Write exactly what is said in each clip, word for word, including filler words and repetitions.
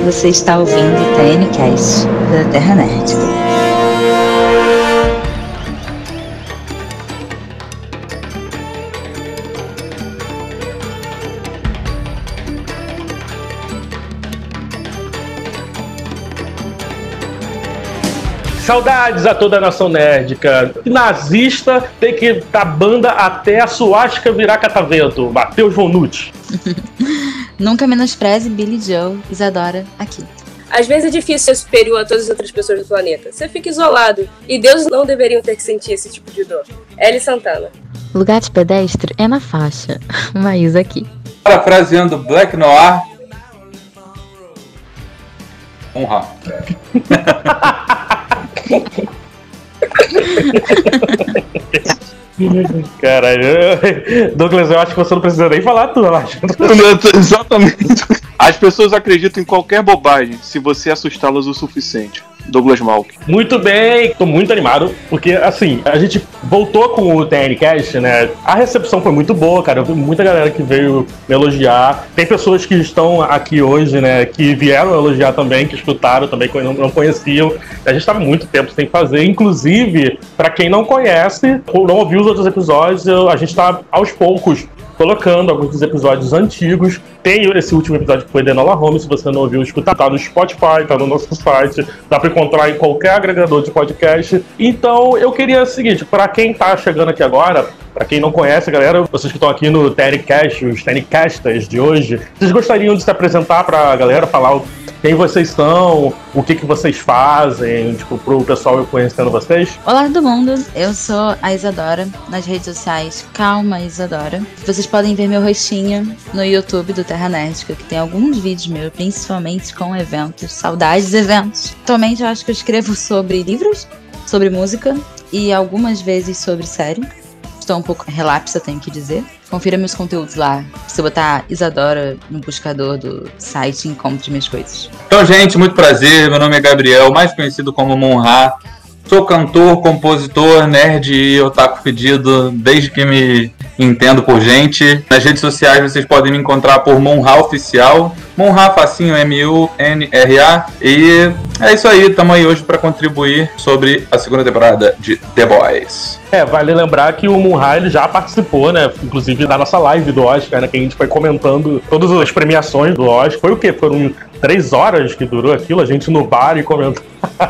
você está ouvindo o T N Cast da Terra Nerd. Saudades a toda a nação nerdica. Nazista tem que dar banda até a suástica virar catavento. Matheus Von Nutt. Nunca menospreze Billy Joe, Isadora, aqui. Às vezes é difícil ser superior a todas as outras pessoas do planeta. Você fica isolado. E deuses não deveriam ter que sentir esse tipo de dor. Ellie Santana. Lugar de pedestre é na faixa. Maísa aqui. Parafraseando Black Noir. Honra. Caralho, Douglas, eu acho que você não precisa nem falar tudo, eu acho. Exatamente. As pessoas acreditam em qualquer bobagem se você assustá-las o suficiente. Douglas Malk. Muito bem, tô muito animado, porque assim, a gente voltou com o T N Cast, né? A recepção foi muito boa, cara. Eu vi muita galera que veio me elogiar. Tem pessoas que estão aqui hoje, né? Que vieram elogiar também, que escutaram também, que não, não conheciam. A gente tava muito tempo sem fazer. Inclusive, pra quem não conhece, ou não ouviu os outros episódios, eu, a gente tá aos poucos colocando alguns dos episódios antigos. Tem esse último episódio que foi de Enola Holmes, se você não ouviu, escuta, tá no Spotify, tá no nosso site, dá pra encontrar em qualquer agregador de podcast. Então, eu queria o seguinte, pra quem tá chegando aqui agora, pra quem não conhece, galera, vocês que estão aqui no T N Cast, os T N Castas de hoje, vocês gostariam de se apresentar pra galera, falar o quem vocês são, o que, que vocês fazem, tipo, pro pessoal conhecendo vocês? Olá todo mundo, eu sou a Isadora, nas redes sociais Calma Isadora. Vocês podem ver meu rostinho no YouTube do Terra Nerd, que tem alguns vídeos meus, principalmente com eventos, saudades de eventos. Atualmente eu acho que eu escrevo sobre livros, sobre música e algumas vezes sobre série. Estou um pouco relapsa, tenho que dizer. Confira meus conteúdos lá. Se eu botar Isadora no buscador do site, encontre minhas coisas. Então, gente, muito prazer. Meu nome é Gabriel, mais conhecido como Monra. Sou cantor, compositor, nerd e otaku pedido desde que me entendo por gente. Nas redes sociais vocês podem me encontrar por Monra Oficial. Monra facinho, M U N R A. E é isso aí, estamos aí hoje para contribuir sobre a segunda temporada de The Boys. É, vale lembrar que o Monra, ele já participou, né, inclusive da nossa live do Oscar, né, que a gente foi comentando todas as premiações do Oscar. Foi o quê? Foram três horas que durou aquilo, a gente no bar e comentando.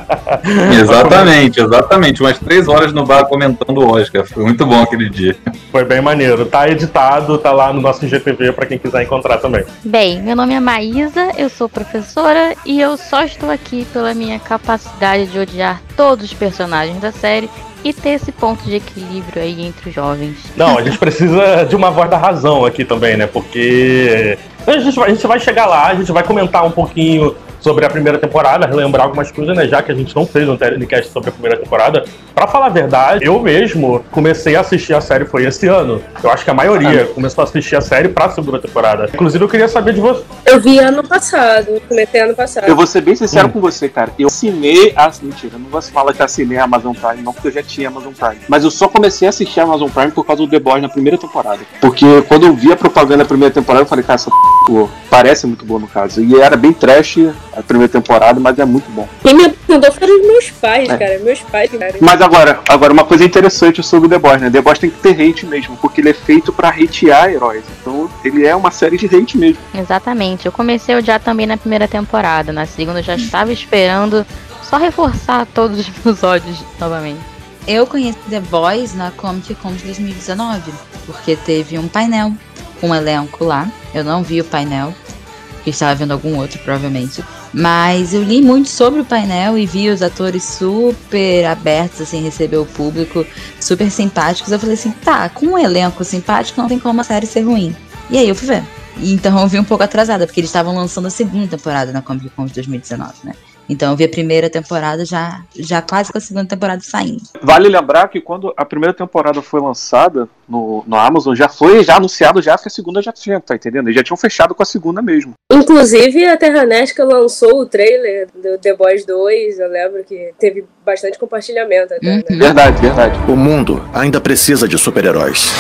Exatamente, exatamente. Umas três horas no bar comentando o Oscar. Foi muito bom aquele dia. Foi bem maneiro. Tá editado, tá lá no nosso I G T V pra quem quiser encontrar também. Bem, meu nome é Maísa, eu sou professora e eu só estou aqui pela minha capacidade de odiar todos os personagens da série e ter esse ponto de equilíbrio aí entre os jovens. Não, a gente precisa de uma voz da razão aqui também, né? Porque a gente vai, a gente vai chegar lá, a gente vai comentar um pouquinho sobre a primeira temporada, relembrar algumas coisas, né? Já que a gente não fez um telecast sobre a primeira temporada. Pra falar a verdade, eu mesmo comecei a assistir a série foi esse ano. Eu acho que a maioria ah. começou a assistir a série pra segunda temporada. Inclusive, eu queria saber de você. Eu vi ano passado, comecei ano passado. Eu vou ser bem sincero hum. com você, cara. Eu assinei a... Mentira, eu não vou falar que assinei a Amazon Prime, não, porque eu já tinha Amazon Prime. Mas eu só comecei a assistir a Amazon Prime por causa do The Boys na primeira temporada. Porque quando eu vi a propaganda da primeira temporada, eu falei, cara, essa p... boa. Parece muito boa no caso. E era bem trash a primeira temporada, mas é muito bom. Quem me apresentou foram os meus pais, é. cara. Meus pais, cara. Mas agora, agora, uma coisa interessante sobre The Boys, né? The Boys tem que ter hate mesmo, porque ele é feito pra hatear heróis. Então, ele é uma série de hate mesmo. Exatamente. Eu comecei a odiar também na primeira temporada. Na segunda eu já estava esperando só reforçar todos os meus ódios novamente. Eu conheci The Boys na Comic Con de dois mil e dezenove, porque teve um painel com um elenco lá. Eu não vi o painel, que estava vendo algum outro, provavelmente. Mas eu li muito sobre o painel e vi os atores super abertos, assim, receber o público, super simpáticos. Eu falei assim, tá, com um elenco simpático não tem como a série ser ruim. E aí eu fui ver. E então eu vi um pouco atrasada, porque eles estavam lançando a segunda temporada na Comic Con de dois mil e dezenove, né? Então eu vi a primeira temporada já, já quase com a segunda temporada saindo. Vale lembrar que quando a primeira temporada foi lançada no, no Amazon, já foi já anunciado já que a segunda já tinha, tá entendendo? Eles já tinham fechado com a segunda mesmo. Inclusive a Terra Nerd lançou o trailer do The Boys dois, eu lembro que teve bastante compartilhamento até, uhum. né? Verdade, verdade. O mundo ainda precisa de super-heróis.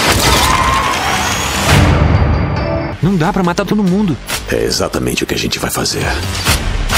Não dá pra matar todo mundo. É exatamente o que a gente vai fazer.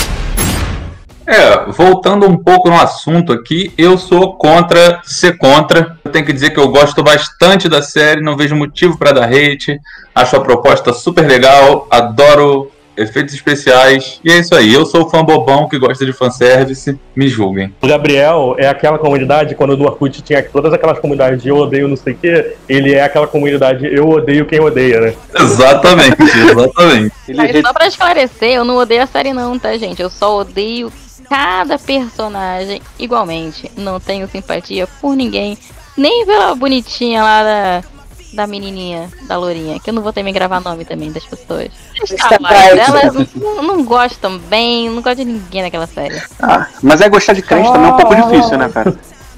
É, voltando um pouco no assunto aqui, eu sou contra ser contra. Eu tenho que dizer que eu gosto bastante da série, não vejo motivo para dar hate. Acho a proposta super legal, adoro efeitos especiais. E é isso aí, eu sou o fã bobão que gosta de fanservice, me julguem. O Gabriel é aquela comunidade, quando no Orkut tinha todas aquelas comunidades de eu odeio não sei o que, ele é aquela comunidade eu odeio quem odeia, né? Exatamente, exatamente. Mas só pra esclarecer, eu não odeio a série não, tá, gente? Eu só odeio cada personagem igualmente. Não tenho simpatia por ninguém, nem pela bonitinha lá da... da menininha, da lourinha, que eu não vou ter me gravar nome também das pessoas. Elas não, não gostam bem, não gosto de ninguém naquela série. Ah, mas é gostar de crente também é um pouco difícil, né, cara?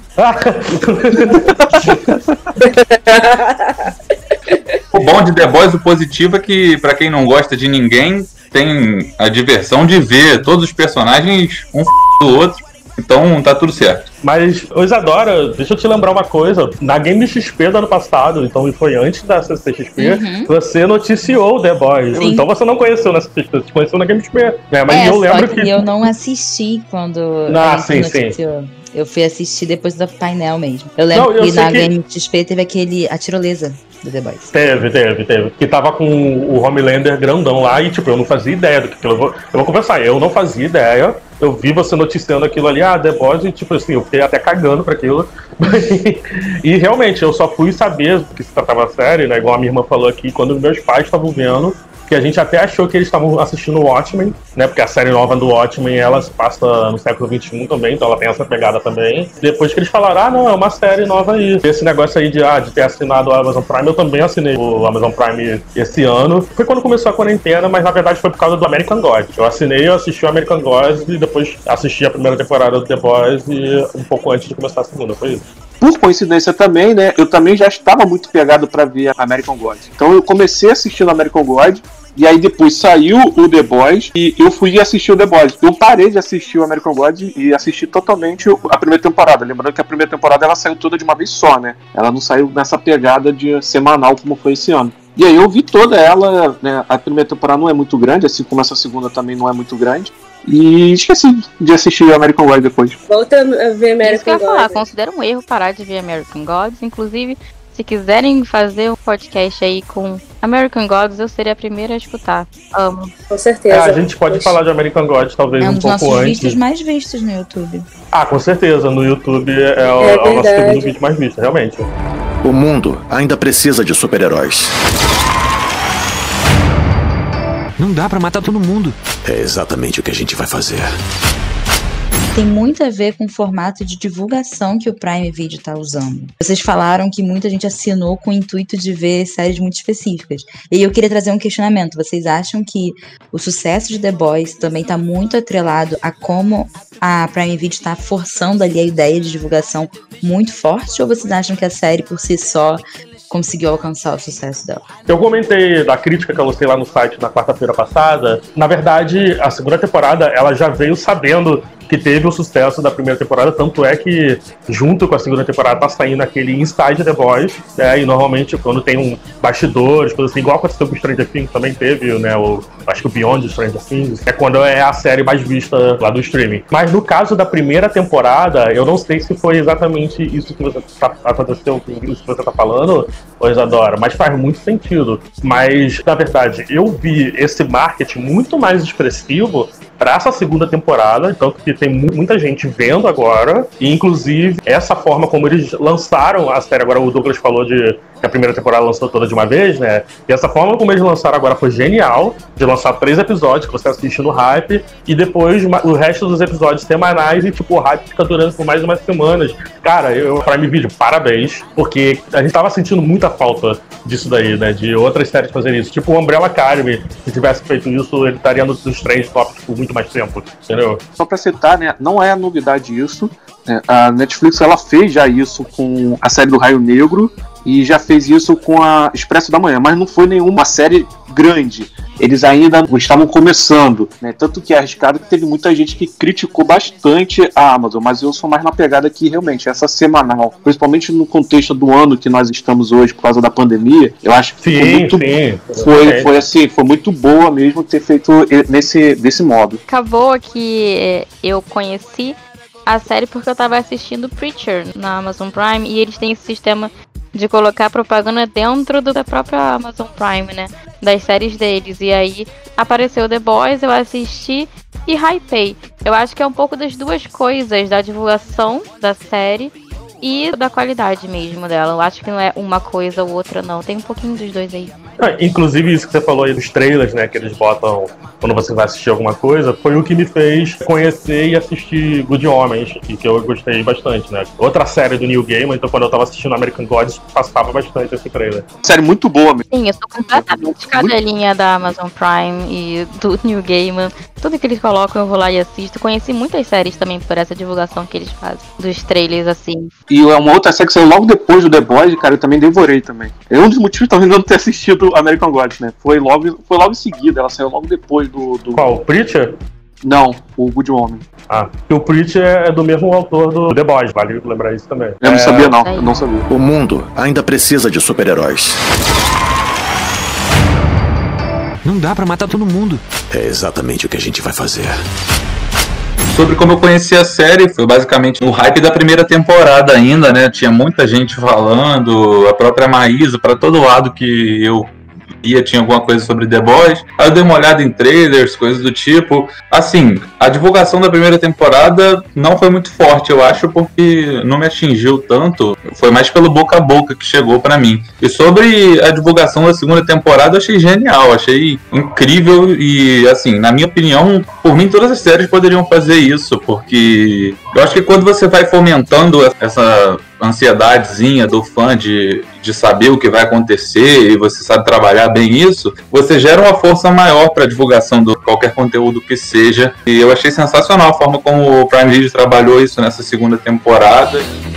O bom de The Boys, o positivo é que, pra quem não gosta de ninguém, tem a diversão de ver todos os personagens um f... do outro. Então tá tudo certo. Mas, ô Isadora, deixa eu te lembrar uma coisa. Na Game X P do ano passado, então foi antes da C C X P, uhum. você noticiou The Boys. Sim. Então você não conheceu na C C X P, você conheceu na Game X P. Né? Mas é, eu lembro só que, que eu não assisti quando ah, sim, noticiou. Sim. Eu fui assistir depois do painel mesmo. Eu lembro não, eu que na que... Game X P teve aquele a tirolesa do The Boys. Teve, teve, teve. Que tava com o Homelander grandão lá e, tipo, eu não fazia ideia do que aquilo. Eu vou, eu vou conversar, eu não fazia ideia. Eu vi você noticiando aquilo ali, ah, The Boys, e, tipo assim, eu fiquei até cagando pra aquilo. E realmente, eu só fui saber do que se tratava a série, né? Igual a minha irmã falou aqui, quando meus pais estavam vendo. Que a gente até achou que eles estavam assistindo o Watchmen, né? Porque a série nova do Watchmen, ela se passa no século vinte e um também, então ela tem essa pegada também. Depois que eles falaram, ah, não, é uma série nova aí. Esse negócio aí de, ah, de ter assinado o Amazon Prime, eu também assinei o Amazon Prime esse ano. Foi quando começou a quarentena, mas na verdade foi por causa do American Gods. Eu assinei, eu assisti o American Gods e depois assisti a primeira temporada do The Boys e um pouco antes de começar a segunda, foi isso. Por coincidência também, né, eu também já estava muito pegado pra ver American Gods. Então eu comecei assistindo American Gods, e aí depois saiu o The Boys, e eu fui assistir o The Boys. Eu parei de assistir o American Gods e assisti totalmente a primeira temporada. Lembrando que a primeira temporada ela saiu toda de uma vez só, né? Ela não saiu nessa pegada de semanal como foi esse ano. E aí eu vi toda ela, né, a primeira temporada não é muito grande, assim como essa segunda também não é muito grande. E esqueci de assistir o American Gods depois. Volta a ver American Gods. Falar, considero um erro parar de ver American Gods. Inclusive, se quiserem fazer um podcast aí com American Gods, eu seria a primeira a escutar. Amo. Com certeza. É, a gente pode Poxa. falar de American Gods talvez é um, um pouco antes. É um dos nossos vídeos mais vistos no YouTube. Ah, com certeza. No YouTube é, o, é o nosso segundo vídeo mais visto, realmente. O mundo ainda precisa de super-heróis. Não dá pra matar todo mundo. É exatamente o que a gente vai fazer. Tem muito a ver com o formato de divulgação que o Prime Video tá usando. Vocês falaram que muita gente assinou com o intuito de ver séries muito específicas. E eu queria trazer um questionamento. Vocês acham que o sucesso de The Boys também tá muito atrelado a como a Prime Video tá forçando ali a ideia de divulgação muito forte? Ou vocês acham que a série por si só conseguiu alcançar o sucesso dela? Eu comentei da crítica que eu lancei lá no site na quarta-feira passada. Na verdade, a segunda temporada ela já veio sabendo que teve o sucesso da primeira temporada, tanto é que junto com a segunda temporada tá saindo aquele Inside The Boys, né, e normalmente quando tem um bastidores, coisa assim, igual aconteceu com o Stranger Things, também teve, né, o, acho que o Beyond Stranger Things, é quando é a série mais vista lá do streaming. Mas no caso da primeira temporada, eu não sei se foi exatamente isso que você tá, aconteceu, isso que você tá falando, ô Isadora, mas faz muito sentido. Mas, na verdade, eu vi esse marketing muito mais expressivo para essa segunda temporada, tanto que tem muita gente vendo agora, e inclusive essa forma como eles lançaram a série, agora o Douglas falou de que a primeira temporada lançou toda de uma vez, né, e essa forma como eles lançaram agora foi genial, de lançar três episódios que você assiste no hype, e depois o resto dos episódios semanais, e tipo, o hype fica durando por mais umas semanas. Cara, eu, Prime Video, parabéns, porque a gente tava sentindo muita falta disso daí, né, de outras séries fazerem isso, tipo o Umbrella Academy, se tivesse feito isso, ele estaria nos três tops por muito mais tempo, entendeu? Só pra citar, né, não é novidade isso, né, a Netflix ela fez já isso com a série do Raio Negro, e já fez isso com a Expresso da Manhã, mas não foi nenhuma série grande. Eles ainda estavam começando, né? Tanto que é arriscado que teve muita gente que criticou bastante a Amazon, mas eu sou mais na pegada que realmente essa semanal, principalmente no contexto do ano que nós estamos hoje por causa da pandemia, eu acho que sim, foi muito sim, foi, foi assim, foi muito boa mesmo ter feito nesse desse modo. Acabou que eu conheci a série porque eu tava assistindo Preacher na Amazon Prime e eles têm esse sistema de colocar propaganda dentro do, da própria Amazon Prime, né? Das séries deles. E aí apareceu The Boys, eu assisti e hypei. Eu acho que é um pouco das duas coisas, da divulgação da série e da qualidade mesmo dela. Eu acho que não é uma coisa ou outra, não. Tem um pouquinho dos dois aí. Ah, inclusive isso que você falou aí dos trailers, né, que eles botam quando você vai assistir alguma coisa, foi o que me fez conhecer e assistir Good Homens, e que eu gostei bastante, né. Outra série do Neil Gaiman, então quando eu tava assistindo American Gods, passava bastante esse trailer. Série muito boa mesmo. Sim, eu sou completamente cadelinha da Amazon Prime e do Neil Gaiman. Tudo que eles colocam eu vou lá e assisto. Conheci muitas séries também por essa divulgação que eles fazem, dos trailers assim. E é uma outra série que saiu logo depois do The Boys, cara, eu também devorei também. É um dos motivos também de eu não ter assistido American Gods, né? Foi logo, foi logo em seguida, ela saiu logo depois do... do... Qual? O Preacher? Não, o Good Homem. Ah, o Preacher é do mesmo autor do The Boys, vale lembrar isso também. Eu não é... sabia não, eu não sabia. O mundo ainda precisa de super-heróis. Não dá pra matar todo mundo. É exatamente o que a gente vai fazer. Sobre como eu conheci a série, foi basicamente no hype da primeira temporada ainda, né? Tinha muita gente falando, a própria Maísa, pra todo lado que eu ia, tinha alguma coisa sobre The Boys. Aí eu dei uma olhada em trailers, coisas do tipo. Assim, a divulgação da primeira temporada não foi muito forte, eu acho, porque não me atingiu tanto. Foi mais pelo boca a boca que chegou pra mim. E sobre a divulgação da segunda temporada, eu achei genial, achei incrível e, assim, na minha opinião, por mim todas as séries poderiam fazer isso, porque eu acho que quando você vai fomentando essa ansiedadezinha do fã de, de saber o que vai acontecer e você sabe trabalhar bem isso, você gera uma força maior para a divulgação de qualquer conteúdo que seja. E eu achei sensacional a forma como o Prime Video trabalhou isso nessa segunda temporada.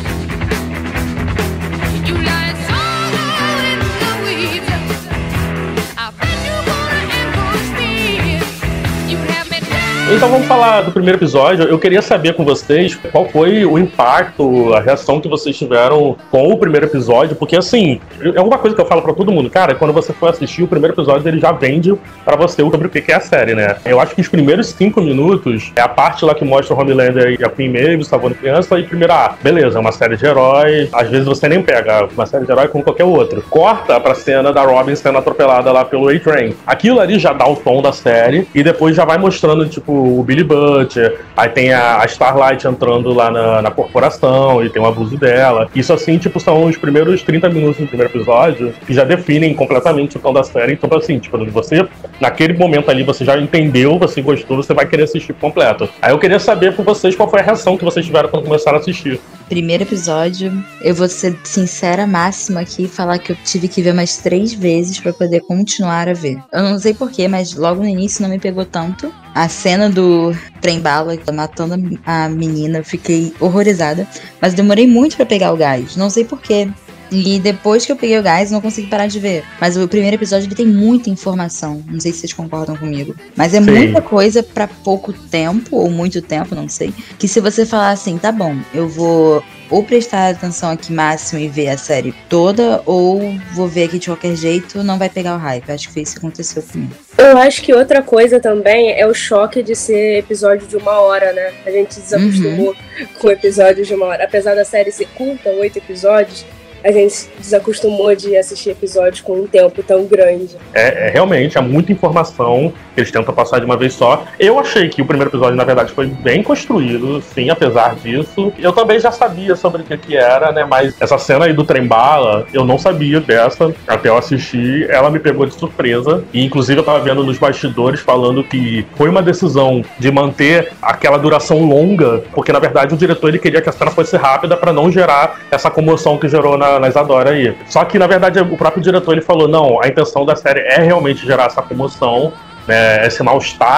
Então vamos falar do primeiro episódio. Eu queria saber com vocês qual foi o impacto, a reação que vocês tiveram com o primeiro episódio, porque assim, é uma coisa que eu falo pra todo mundo, cara, quando você for assistir o primeiro episódio, ele já vende pra você sobre o que é a série, né? Eu acho que os primeiros cinco minutos é a parte lá que mostra o Homelander e a Queen Maeve salvando criança, e primeiro, ah, beleza, é uma série de heróis, às vezes você nem pega uma série de herói como qualquer outro. Corta pra cena da Robin sendo atropelada lá pelo A-Train. Aquilo ali já dá o tom da série, e depois já vai mostrando, tipo, o Billy Butcher, aí tem a, a Starlight entrando lá na, na corporação e tem o abuso dela. Isso assim, tipo, são os primeiros trinta minutos do primeiro episódio que já definem completamente o tom da série. Então, assim, tipo, você, naquele momento ali, você já entendeu, você gostou, você vai querer assistir completo. Aí eu queria saber com vocês qual foi a reação que vocês tiveram quando começaram a assistir. Primeiro episódio, eu vou ser sincera máxima aqui e falar que eu tive que ver mais três vezes pra poder continuar a ver. Eu não sei porquê, mas logo no início não me pegou tanto. A cena do trem-bala matando a menina, eu fiquei horrorizada. Mas demorei muito pra pegar o gás, não sei porquê. E depois que eu peguei o gás, não consegui parar de ver. Mas o primeiro episódio, ele tem muita informação. Não sei se vocês concordam comigo. Mas é Sim. muita coisa pra pouco tempo, ou muito tempo, não sei. Que se você falar assim, tá bom, eu vou ou prestar atenção aqui máximo e ver a série toda, ou vou ver aqui de qualquer jeito, não vai pegar o hype. Acho que foi isso que aconteceu comigo. Eu acho que outra coisa também é o choque de ser episódio de uma hora, né? A gente desacostumou uhum. com episódios de uma hora. Apesar da série ser curta, oito episódios, a gente desacostumou de assistir episódios com um tempo tão grande. É, é realmente, é muita informação que eles tentam passar de uma vez só. Eu achei que o primeiro episódio, na verdade, foi bem construído, sim, apesar disso. Eu também já sabia sobre o que, que era, né? Mas essa cena aí do trem-bala, eu não sabia dessa. Até eu assistir, ela me pegou de surpresa. E, inclusive, eu tava vendo nos bastidores falando que foi uma decisão de manter aquela duração longa, porque, na verdade, o diretor ele queria que a cena fosse rápida pra não gerar essa comoção que gerou na na Isadora aí. Só que, na verdade, o próprio diretor ele falou, não, a intenção da série é realmente gerar essa comoção, né, esse mal-estar que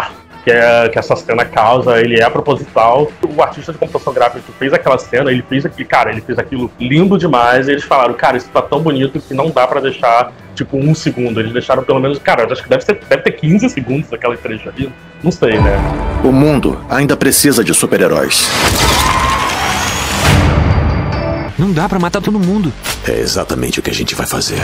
que, é, que essa cena causa, ele é proposital. O artista de computação gráfica que fez aquela cena, ele fez aquele, cara, ele fez aquilo lindo demais, e eles falaram, cara, isso tá tão bonito que não dá pra deixar, tipo, um segundo. Eles deixaram pelo menos, cara, acho que deve, ser, deve ter quinze segundos daquela trecho ali, não sei, né? O mundo ainda precisa de super-heróis. Não dá pra matar todo mundo. É exatamente o que a gente vai fazer.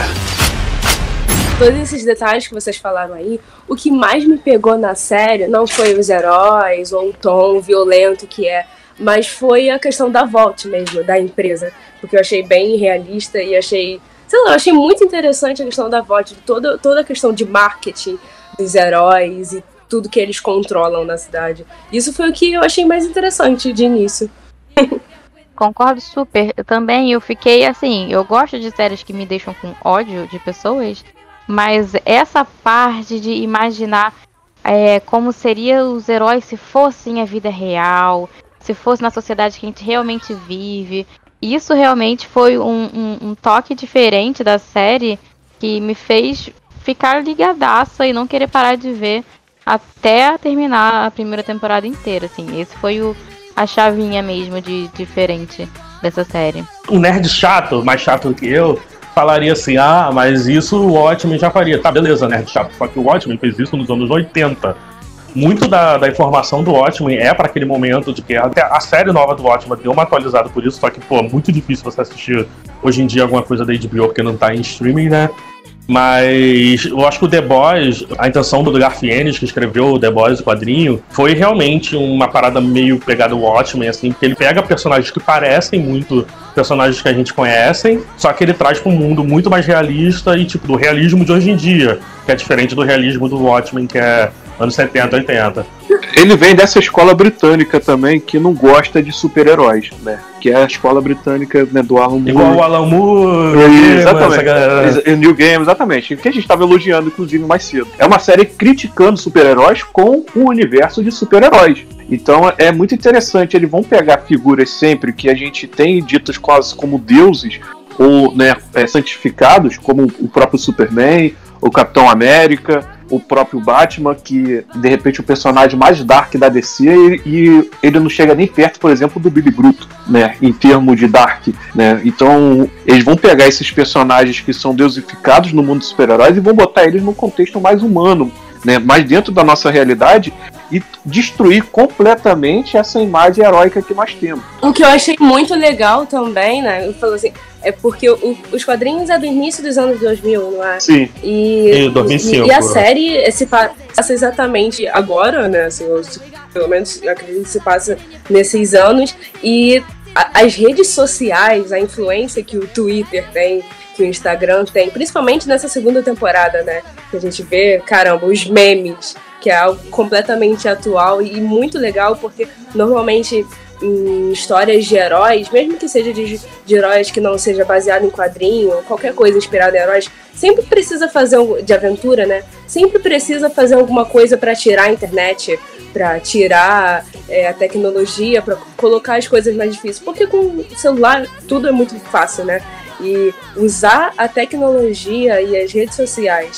Todos esses detalhes que vocês falaram aí, o que mais me pegou na série não foi os heróis ou o tom violento que é, mas foi a questão da Vault mesmo, da empresa. Porque eu achei bem realista e achei, sei lá, eu achei muito interessante a questão da Vault, toda, toda a questão de marketing dos heróis e tudo que eles controlam na cidade. Isso foi o que eu achei mais interessante de início. Concordo super. Eu também, eu fiquei assim, eu gosto de séries que me deixam com ódio de pessoas, mas essa parte de imaginar é, como seriam os heróis se fossem a vida real, se fosse na sociedade que a gente realmente vive, isso realmente foi um, um, um toque diferente da série que me fez ficar ligadaça e não querer parar de ver até terminar a primeira temporada inteira, assim. Esse foi o, a chavinha mesmo de diferente dessa série. O nerd chato, mais chato do que eu, falaria assim, ah, mas isso o Watchmen já faria. Tá, beleza, nerd chato, só que o Watchmen fez isso nos anos oitenta. Muito da, da informação do Watchmen é para aquele momento de que até a série nova do Watchmen deu uma atualizada por isso, só que, pô, muito difícil você assistir hoje em dia alguma coisa da H B O porque não tá em streaming, né? Mas eu acho que o The Boys, a intenção do Garfienes, que escreveu o The Boys, o quadrinho, foi realmente uma parada meio pegada Watchmen, assim, porque ele pega personagens que parecem muito personagens que a gente conhece, só que ele traz para um mundo muito mais realista e, tipo, do realismo de hoje em dia, que é diferente do realismo do Watchmen, que é anos setenta, oitenta. Ele vem dessa escola britânica também, que não gosta de super-heróis, né? Que é a escola britânica, né, do Alan Moore. Igual o Alan Moore, exatamente. O New Game, exatamente. Que a gente estava elogiando, inclusive, mais cedo. É uma série criticando super-heróis com um universo de super-heróis. Então é muito interessante. Eles vão pegar figuras sempre que a gente tem ditas quase como deuses, ou, né, é, santificados, como o próprio Superman, o Capitão América, o próprio Batman, que de repente é o personagem mais dark da D C, e, e ele não chega nem perto, por exemplo, do Billy Bruto, né, em termos de dark, né. Então eles vão pegar esses personagens que são deusificados no mundo dos super-heróis e vão botar eles num contexto mais humano, né, mais dentro da nossa realidade, e destruir completamente essa imagem heróica que nós temos. O que eu achei muito legal também, né, eu falo assim, é porque o, os quadrinhos é do início dos anos dois mil, não é? Sim. E, e, dois mil e cinco, e a série se passa exatamente agora, né? Assim, eu, pelo menos eu acredito que se passa nesses anos. E a, as redes sociais, a influência que o Twitter tem, que o Instagram tem, principalmente nessa segunda temporada, né? Que a gente vê, caramba, os memes, que é algo completamente atual e muito legal, porque normalmente em histórias de heróis, mesmo que seja de, de heróis que não seja baseado em quadrinho, ou qualquer coisa inspirada em heróis, sempre precisa fazer, de aventura, né? Sempre precisa fazer alguma coisa para tirar a internet, para tirar é, a tecnologia, para colocar as coisas mais difíceis. Porque com o celular tudo é muito fácil, né? E usar a tecnologia e as redes sociais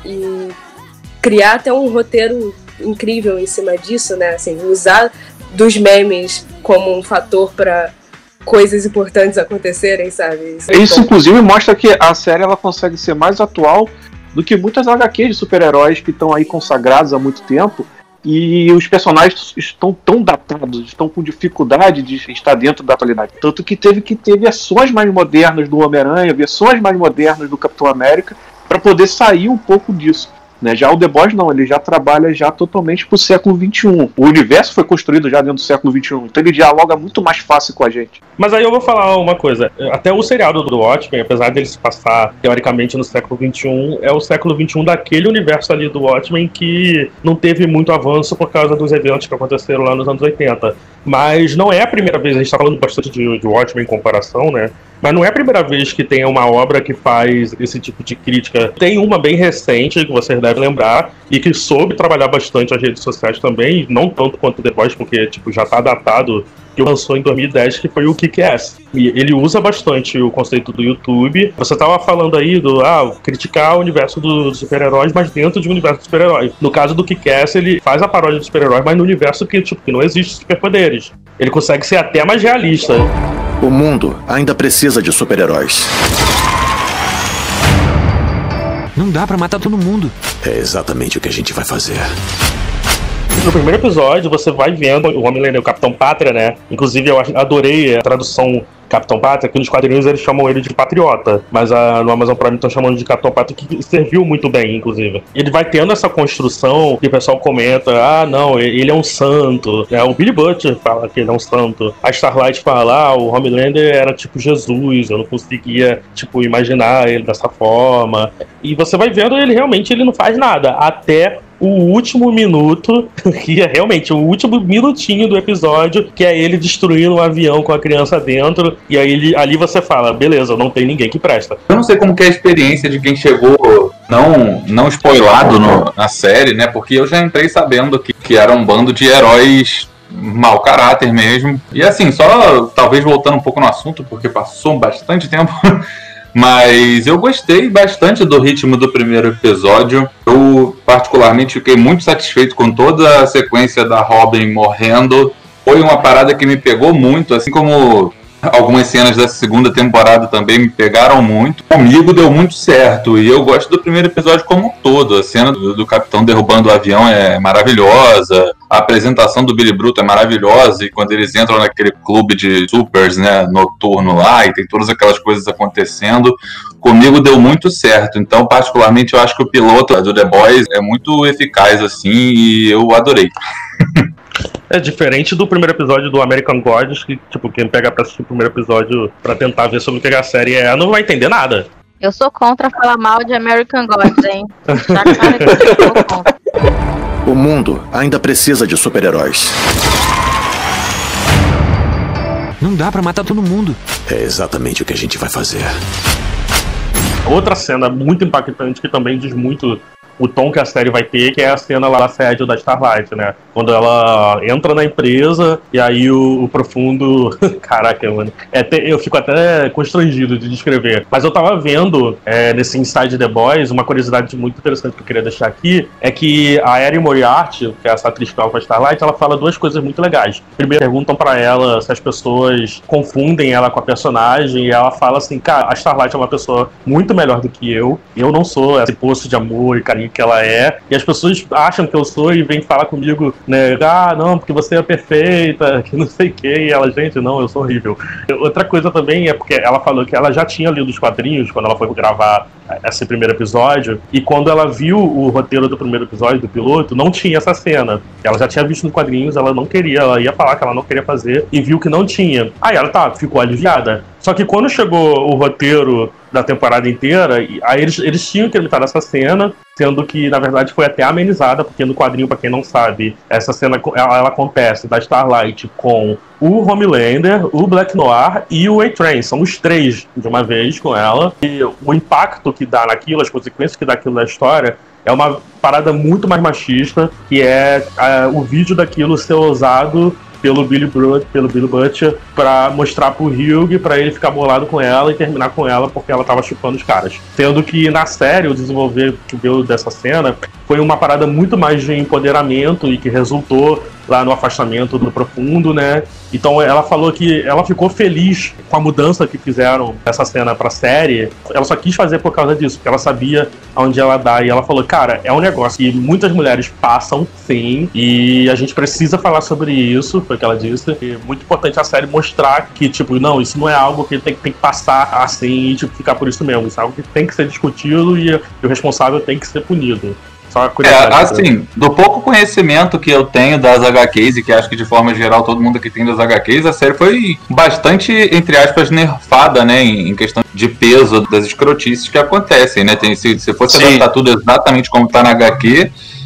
e criar até um roteiro incrível em cima disso, né? Assim, usar dos memes como um fator para coisas importantes acontecerem, sabe? Isso, Isso inclusive mostra que a série ela consegue ser mais atual do que muitas H Qs de super-heróis que estão aí consagrados há muito tempo, e os personagens estão tão datados, estão com dificuldade de estar dentro da atualidade. Tanto que teve que ter versões mais modernas do Homem-Aranha, versões mais modernas do Capitão América, para poder sair um pouco disso. Né? Já o The Boys não, ele já trabalha já totalmente pro século vinte e um. O universo foi construído já dentro do século vinte e um, então ele dialoga muito mais fácil com a gente. Mas aí eu vou falar uma coisa, até o seriado do Watchmen, apesar dele se passar teoricamente no século vinte e um, é o século vinte e um daquele universo ali do Watchmen que não teve muito avanço por causa dos eventos que aconteceram lá nos anos oitenta. Mas não é a primeira vez, a gente tá falando bastante de, de Watchmen em comparação, né? Mas não é a primeira vez que tem uma obra que faz esse tipo de crítica. Tem uma bem recente, que vocês devem lembrar, e que soube trabalhar bastante as redes sociais também, não tanto quanto The Boys, porque tipo, já tá datado, que lançou em dois mil e dez, que foi o Kick-Ass. E ele usa bastante o conceito do YouTube. Você tava falando aí do ah, criticar o universo dos super-heróis, mas dentro de um universo de super-heróis. No caso do Kick-Ass, ele faz a paródia dos super-heróis, mas no universo que, tipo, que não existe superpoderes. Ele consegue ser até mais realista. O mundo ainda precisa de super-heróis. Não dá pra matar todo mundo. É exatamente o que a gente vai fazer. No primeiro episódio, você vai vendo o Homelander, o Capitão Pátria, né? Inclusive, eu adorei a tradução Capitão Pátria, que nos quadrinhos eles chamam ele de Patriota, mas a, no Amazon Prime estão chamando de Capitão Pátria, que serviu muito bem, inclusive. Ele vai tendo essa construção que o pessoal comenta, ah, não, ele é um santo. É, o Billy Butcher fala que ele é um santo. A Starlight fala, ah, o Homelander era tipo Jesus, eu não conseguia, tipo, imaginar ele dessa forma. E você vai vendo, ele realmente ele não faz nada, até o último minuto, que é realmente o último minutinho do episódio, que é ele destruindo um avião com a criança dentro, e aí ele, ali você fala, beleza, não tem ninguém que presta. Eu não sei como que é a experiência de quem chegou não, não spoilado no, na série, né, porque eu já entrei sabendo que, que era um bando de heróis mau caráter mesmo, e assim, só talvez voltando um pouco no assunto, porque passou bastante tempo. Mas eu gostei bastante do ritmo do primeiro episódio. Eu, particularmente, fiquei muito satisfeito com toda a sequência da Robin morrendo. Foi uma parada que me pegou muito, assim como algumas cenas da segunda temporada também me pegaram muito. Comigo deu muito certo, e eu gosto do primeiro episódio como um todo. A cena do, do capitão derrubando o avião é maravilhosa, a apresentação do Billy Bruto é maravilhosa, e quando eles entram naquele clube de supers, né, noturno lá, e tem todas aquelas coisas acontecendo, comigo deu muito certo. Então, particularmente, eu acho que o piloto do The Boys é muito eficaz, assim, e eu adorei. É diferente do primeiro episódio do American Gods, que, tipo, quem pega pra assistir o primeiro episódio pra tentar ver sobre o que a série é, não vai entender nada. Eu sou contra falar mal de American Gods, hein? Já cara que eu sou contra. O mundo ainda precisa de super-heróis. Não dá pra matar todo mundo. É exatamente o que a gente vai fazer. Outra cena muito impactante que também diz muito o tom que a série vai ter, que é a cena lá do assédio da Starlight, né? Quando ela entra na empresa e aí o, o Profundo... Caraca, mano. É até, eu fico até constrangido de descrever. Mas eu tava vendo é, nesse Inside The Boys, uma curiosidade muito interessante que eu queria deixar aqui, é que a Erin Moriarty, que é essa atriz que fala com a Starlight, ela fala duas coisas muito legais. Primeiro, perguntam pra ela se as pessoas confundem ela com a personagem, e ela fala assim, cara, a Starlight é uma pessoa muito melhor do que eu. Eu não sou esse poço de amor e carinho que ela é, e as pessoas acham que eu sou e vêm falar comigo, né, ah, não, porque você é perfeita, que não sei o que, e ela, gente, não, eu sou horrível. Outra coisa também é porque ela falou que ela já tinha lido os quadrinhos quando ela foi gravar esse primeiro episódio, e quando ela viu o roteiro do primeiro episódio, do piloto, não tinha essa cena. Ela já tinha visto nos quadrinhos, ela não queria, ela ia falar que ela não queria fazer, e viu que não tinha. Aí ela, tá, ficou aliviada. Só que quando chegou o roteiro da temporada inteira, aí eles, eles tinham que limitar essa cena, sendo que, na verdade, foi até amenizada, porque no quadrinho, pra quem não sabe, essa cena ela, ela acontece da Starlight com o Homelander, o Black Noir e o A-Train. São os três de uma vez com ela. E o impacto que dá naquilo, as consequências que dá aquilo na história, é uma parada muito mais machista, que é uh, o vídeo daquilo ser usado pelo Billy, Brut, pelo Billy Butcher pra mostrar pro Hugh, pra ele ficar bolado com ela e terminar com ela porque ela tava chupando os caras. Sendo que na série, o desenvolver que deu dessa cena foi uma parada muito mais de empoderamento e que resultou lá no afastamento do Profundo, né? Então ela falou que ela ficou feliz com a mudança que fizeram essa cena pra série. Ela só quis fazer por causa disso, porque ela sabia aonde ela dá. E ela falou, cara, é um negócio que muitas mulheres passam, sim, e a gente precisa falar sobre isso, foi o que ela disse. E é muito importante a série mostrar que, tipo, não, isso não é algo que tem, tem que passar assim e, tipo, ficar por isso mesmo. Isso é algo que tem que ser discutido e, e o responsável tem que ser punido. É, assim, do pouco conhecimento que eu tenho das H Qs, e que acho que de forma geral todo mundo que tem das H Qs, a série foi bastante, entre aspas, nerfada, né, em questão de peso das escrotices que acontecem, né, tem, se, se fosse adaptar tudo exatamente como tá na H Q,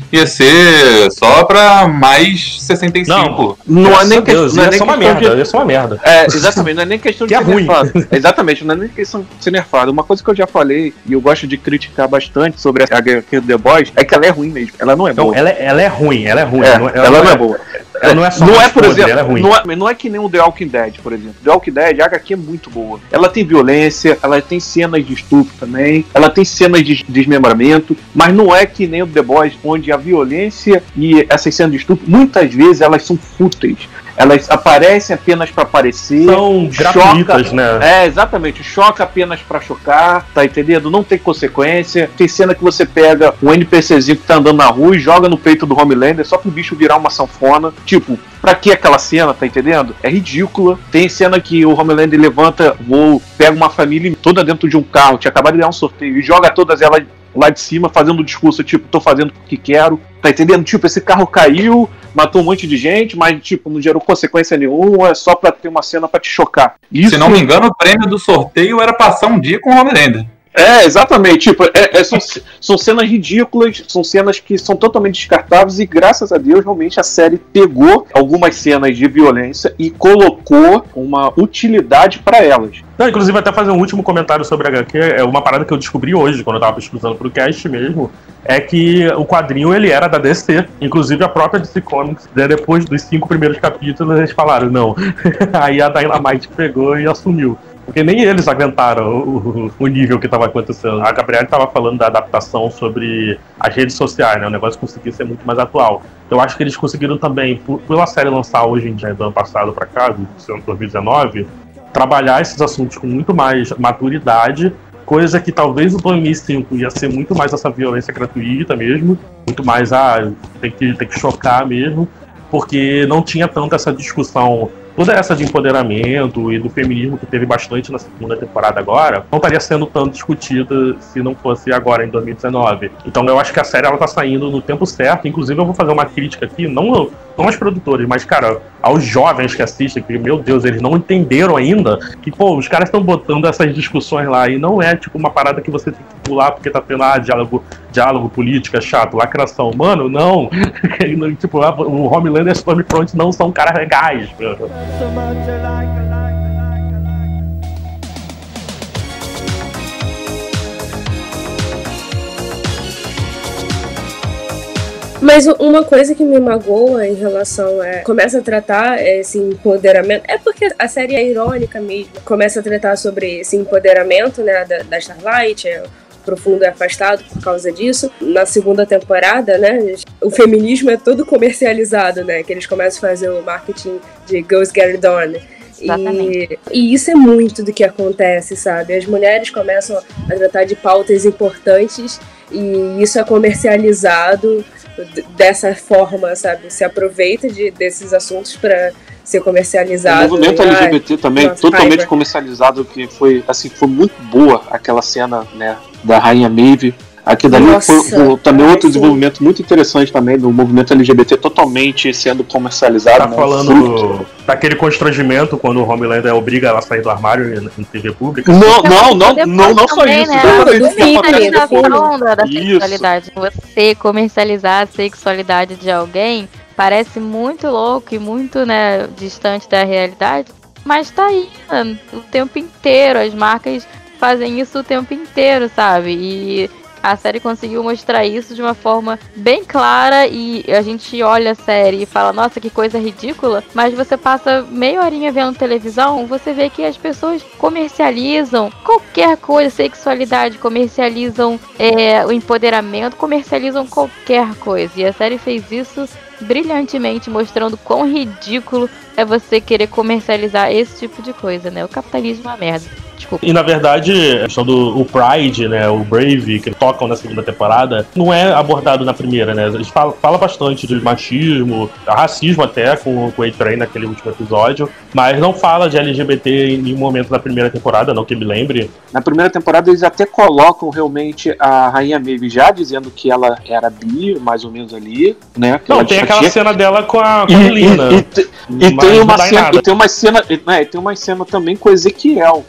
ia ser só pra mais sessenta e cinco. Não, não é nem questão. Deus, não é nem só uma questão merda, de... é só uma merda. É, exatamente, não é nem questão de que ser é ruim. nerfado. Exatamente, não é nem questão de ser nerfado. Uma coisa que eu já falei, e eu gosto de criticar bastante sobre a H Q do The Boys, é que ela é ruim mesmo. Ela não é então, boa. Ela, ela é ruim, ela é ruim. É, ela, ela, ela não é, é boa. Ela não é só não é, por podre, exemplo, ela é ruim. Não é, não é que nem o The Walking Dead, por exemplo. The Walking Dead, a H Q é muito boa. Ela tem violência, ela tem cenas de estupro também, ela tem cenas de desmembramento, mas não é que nem o The Boys, onde a violência e essas cenas de estupro, muitas vezes elas são fúteis. Elas aparecem apenas para aparecer. São gratuitas, choca, né? É, exatamente. Choca apenas para chocar, tá entendendo? Não tem consequência. Tem cena que você pega um NPCzinho que tá andando na rua e joga no peito do Homelander só pro bicho virar uma sanfona. Tipo, pra que aquela cena, tá entendendo? É ridícula. Tem cena que o Homelander levanta voo, pega uma família toda dentro de um carro, tinha acabado de ganhar um sorteio, e joga todas elas lá de cima, fazendo um discurso, tipo, tô fazendo o que quero, tá entendendo? Tipo, esse carro caiu, matou um monte de gente, mas, tipo, não gerou consequência nenhuma, é só pra ter uma cena pra te chocar. Isso... Se não me engano, o prêmio do sorteio era passar um dia com o Homelander. É, exatamente, tipo, é, é, são, são cenas ridículas, são cenas que são totalmente descartáveis e graças a Deus realmente a série pegou algumas cenas de violência e colocou uma utilidade pra elas. Não, inclusive até fazer um último comentário sobre a H Q, é uma parada que eu descobri hoje, quando eu tava pesquisando pro cast mesmo, é que o quadrinho ele era da D C, inclusive a própria D C Comics, né, depois dos cinco primeiros capítulos eles falaram, não, aí a Dynamite pegou e assumiu. Porque nem eles aguentaram o, o nível que estava acontecendo. A Gabriela estava falando da adaptação sobre as redes sociais, né? O negócio conseguiu ser muito mais atual. Eu acho que eles conseguiram também, por, pela série lançar hoje em dia, do ano passado para cá, do dois mil e dezenove, trabalhar esses assuntos com muito mais maturidade, coisa que talvez o dois mil e cinco ia ser muito mais essa violência gratuita mesmo, muito mais, ah, tem que, tem que chocar mesmo, porque não tinha tanto essa discussão, toda essa de empoderamento e do feminismo que teve bastante na segunda temporada agora, não estaria sendo tanto discutida se não fosse agora em dois mil e dezenove. Então eu acho que a série ela tá saindo no tempo certo, inclusive eu vou fazer uma crítica aqui, não, não aos produtores, mas cara, aos jovens que assistem, que meu Deus, eles não entenderam ainda que, pô, os caras estão botando essas discussões lá e não é tipo uma parada que você tem que pular porque tá tendo ah, diálogo, diálogo política chato, lacração. Mano, não. Tipo, o Homelander e a Stormfront não são caras legais. Mas uma coisa que me magoa em relação a... Começa a tratar esse empoderamento... É porque a série é irônica mesmo. Começa a tratar sobre esse empoderamento, né, da, da Starlight, é profundo e afastado por causa disso. Na segunda temporada, né, o feminismo é todo comercializado, né, que eles começam a fazer o marketing de Girls Get It Done. E, e isso é muito do que acontece, sabe? As mulheres começam a tratar de pautas importantes e isso é comercializado dessa forma, sabe? Se aproveita de, desses assuntos para ser comercializado. O movimento e, L G B T ai, também, nossa, totalmente raiva. comercializado, que foi, assim, foi muito boa aquela cena, né, da Rainha Maeve. Aqui dali Nossa, foi, foi também ai, outro sim. desenvolvimento muito interessante também do movimento L G B T totalmente sendo comercializado. Tá né, falando fruto. daquele constrangimento quando o Homelander obriga ela a sair do armário em T V pública? Não, não, não, Depois não, não só também, isso. né? Exatamente Do o que fim, acontece do depois. Comercialização da, da Isso. sexualidade. Você comercializar a sexualidade de alguém parece muito louco e muito, né, distante da realidade, mas tá aí, né, o tempo inteiro. As marcas fazem isso o tempo inteiro, sabe? E a série conseguiu mostrar isso de uma forma bem clara e a gente olha a série e fala, nossa, que coisa ridícula, mas você passa meia horinha vendo televisão, você vê que as pessoas comercializam qualquer coisa, sexualidade, comercializam é, o empoderamento, comercializam qualquer coisa. E a série fez isso brilhantemente, mostrando quão ridículo é você querer comercializar esse tipo de coisa, né? O capitalismo é uma merda. Desculpa. E na verdade, a questão do o Pride, né, o Brave, que tocam na segunda temporada, não é abordado na primeira, né? Eles falam, falam bastante de machismo, racismo até, com, com o A-Train naquele último episódio, mas não fala de L G B T em nenhum momento da primeira temporada, não que me lembre. Na primeira temporada eles até colocam realmente a Rainha Maeve já dizendo que ela era bi, mais ou menos ali, né? Que Não, ela tem já aquela tinha... cena dela com a, com E, a e, Lina. e, te- e mas tem não uma dá em cena, nada. e tem uma cena, né, tem uma cena também com o Ezequiel, né, que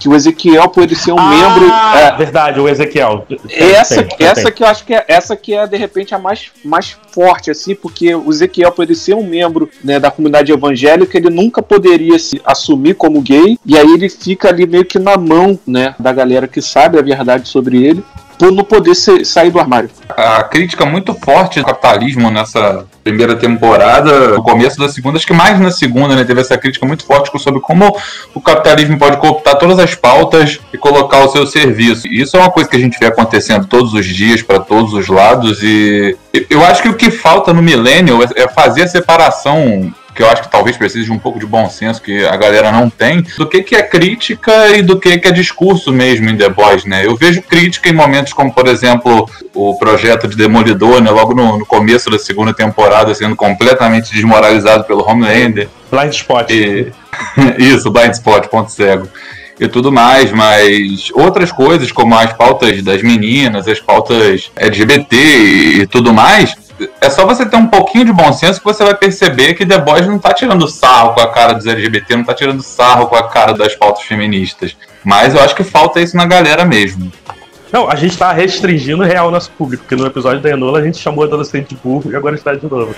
que o Ezequiel, por ele ser um ah, membro... É verdade, o Ezequiel. Essa, tem, tem, essa tem. que eu acho que é, essa que é, de repente, a mais, mais forte, assim, porque o Ezequiel, por ele ser um membro, né, da comunidade evangélica, ele nunca poderia se assumir como gay, e aí ele fica ali meio que na mão, né, da galera que sabe a verdade sobre ele, por não poder ser, sair do armário. A crítica muito forte do capitalismo nessa primeira temporada, no começo da segunda, acho que mais na segunda, né, teve essa crítica muito forte sobre como o capitalismo pode cooptar todas as pautas e colocar ao seu serviço. E isso é uma coisa que a gente vê acontecendo todos os dias, para todos os lados, e eu acho que o que falta no Millennial é fazer a separação, que eu acho que talvez precise de um pouco de bom senso, que a galera não tem, do que, que é crítica e do que, que é discurso mesmo em The Boys, né? Eu vejo crítica em momentos como, por exemplo, o projeto de Demolidor, né? Logo no, no começo da segunda temporada, sendo completamente desmoralizado pelo Homelander. Blind Spot. E... Isso, Blind Spot, ponto cego. E tudo mais, mas outras coisas, como as pautas das meninas, as pautas L G B T e, e tudo mais... É só você ter um pouquinho de bom senso que você vai perceber que The Boys não tá tirando sarro com a cara dos L G B T, não tá tirando sarro com a cara das pautas feministas. Mas eu acho que falta isso na galera mesmo. Não, a gente tá restringindo real o nosso público, porque no episódio da Enola a gente chamou adolescente de burro e agora está de novo.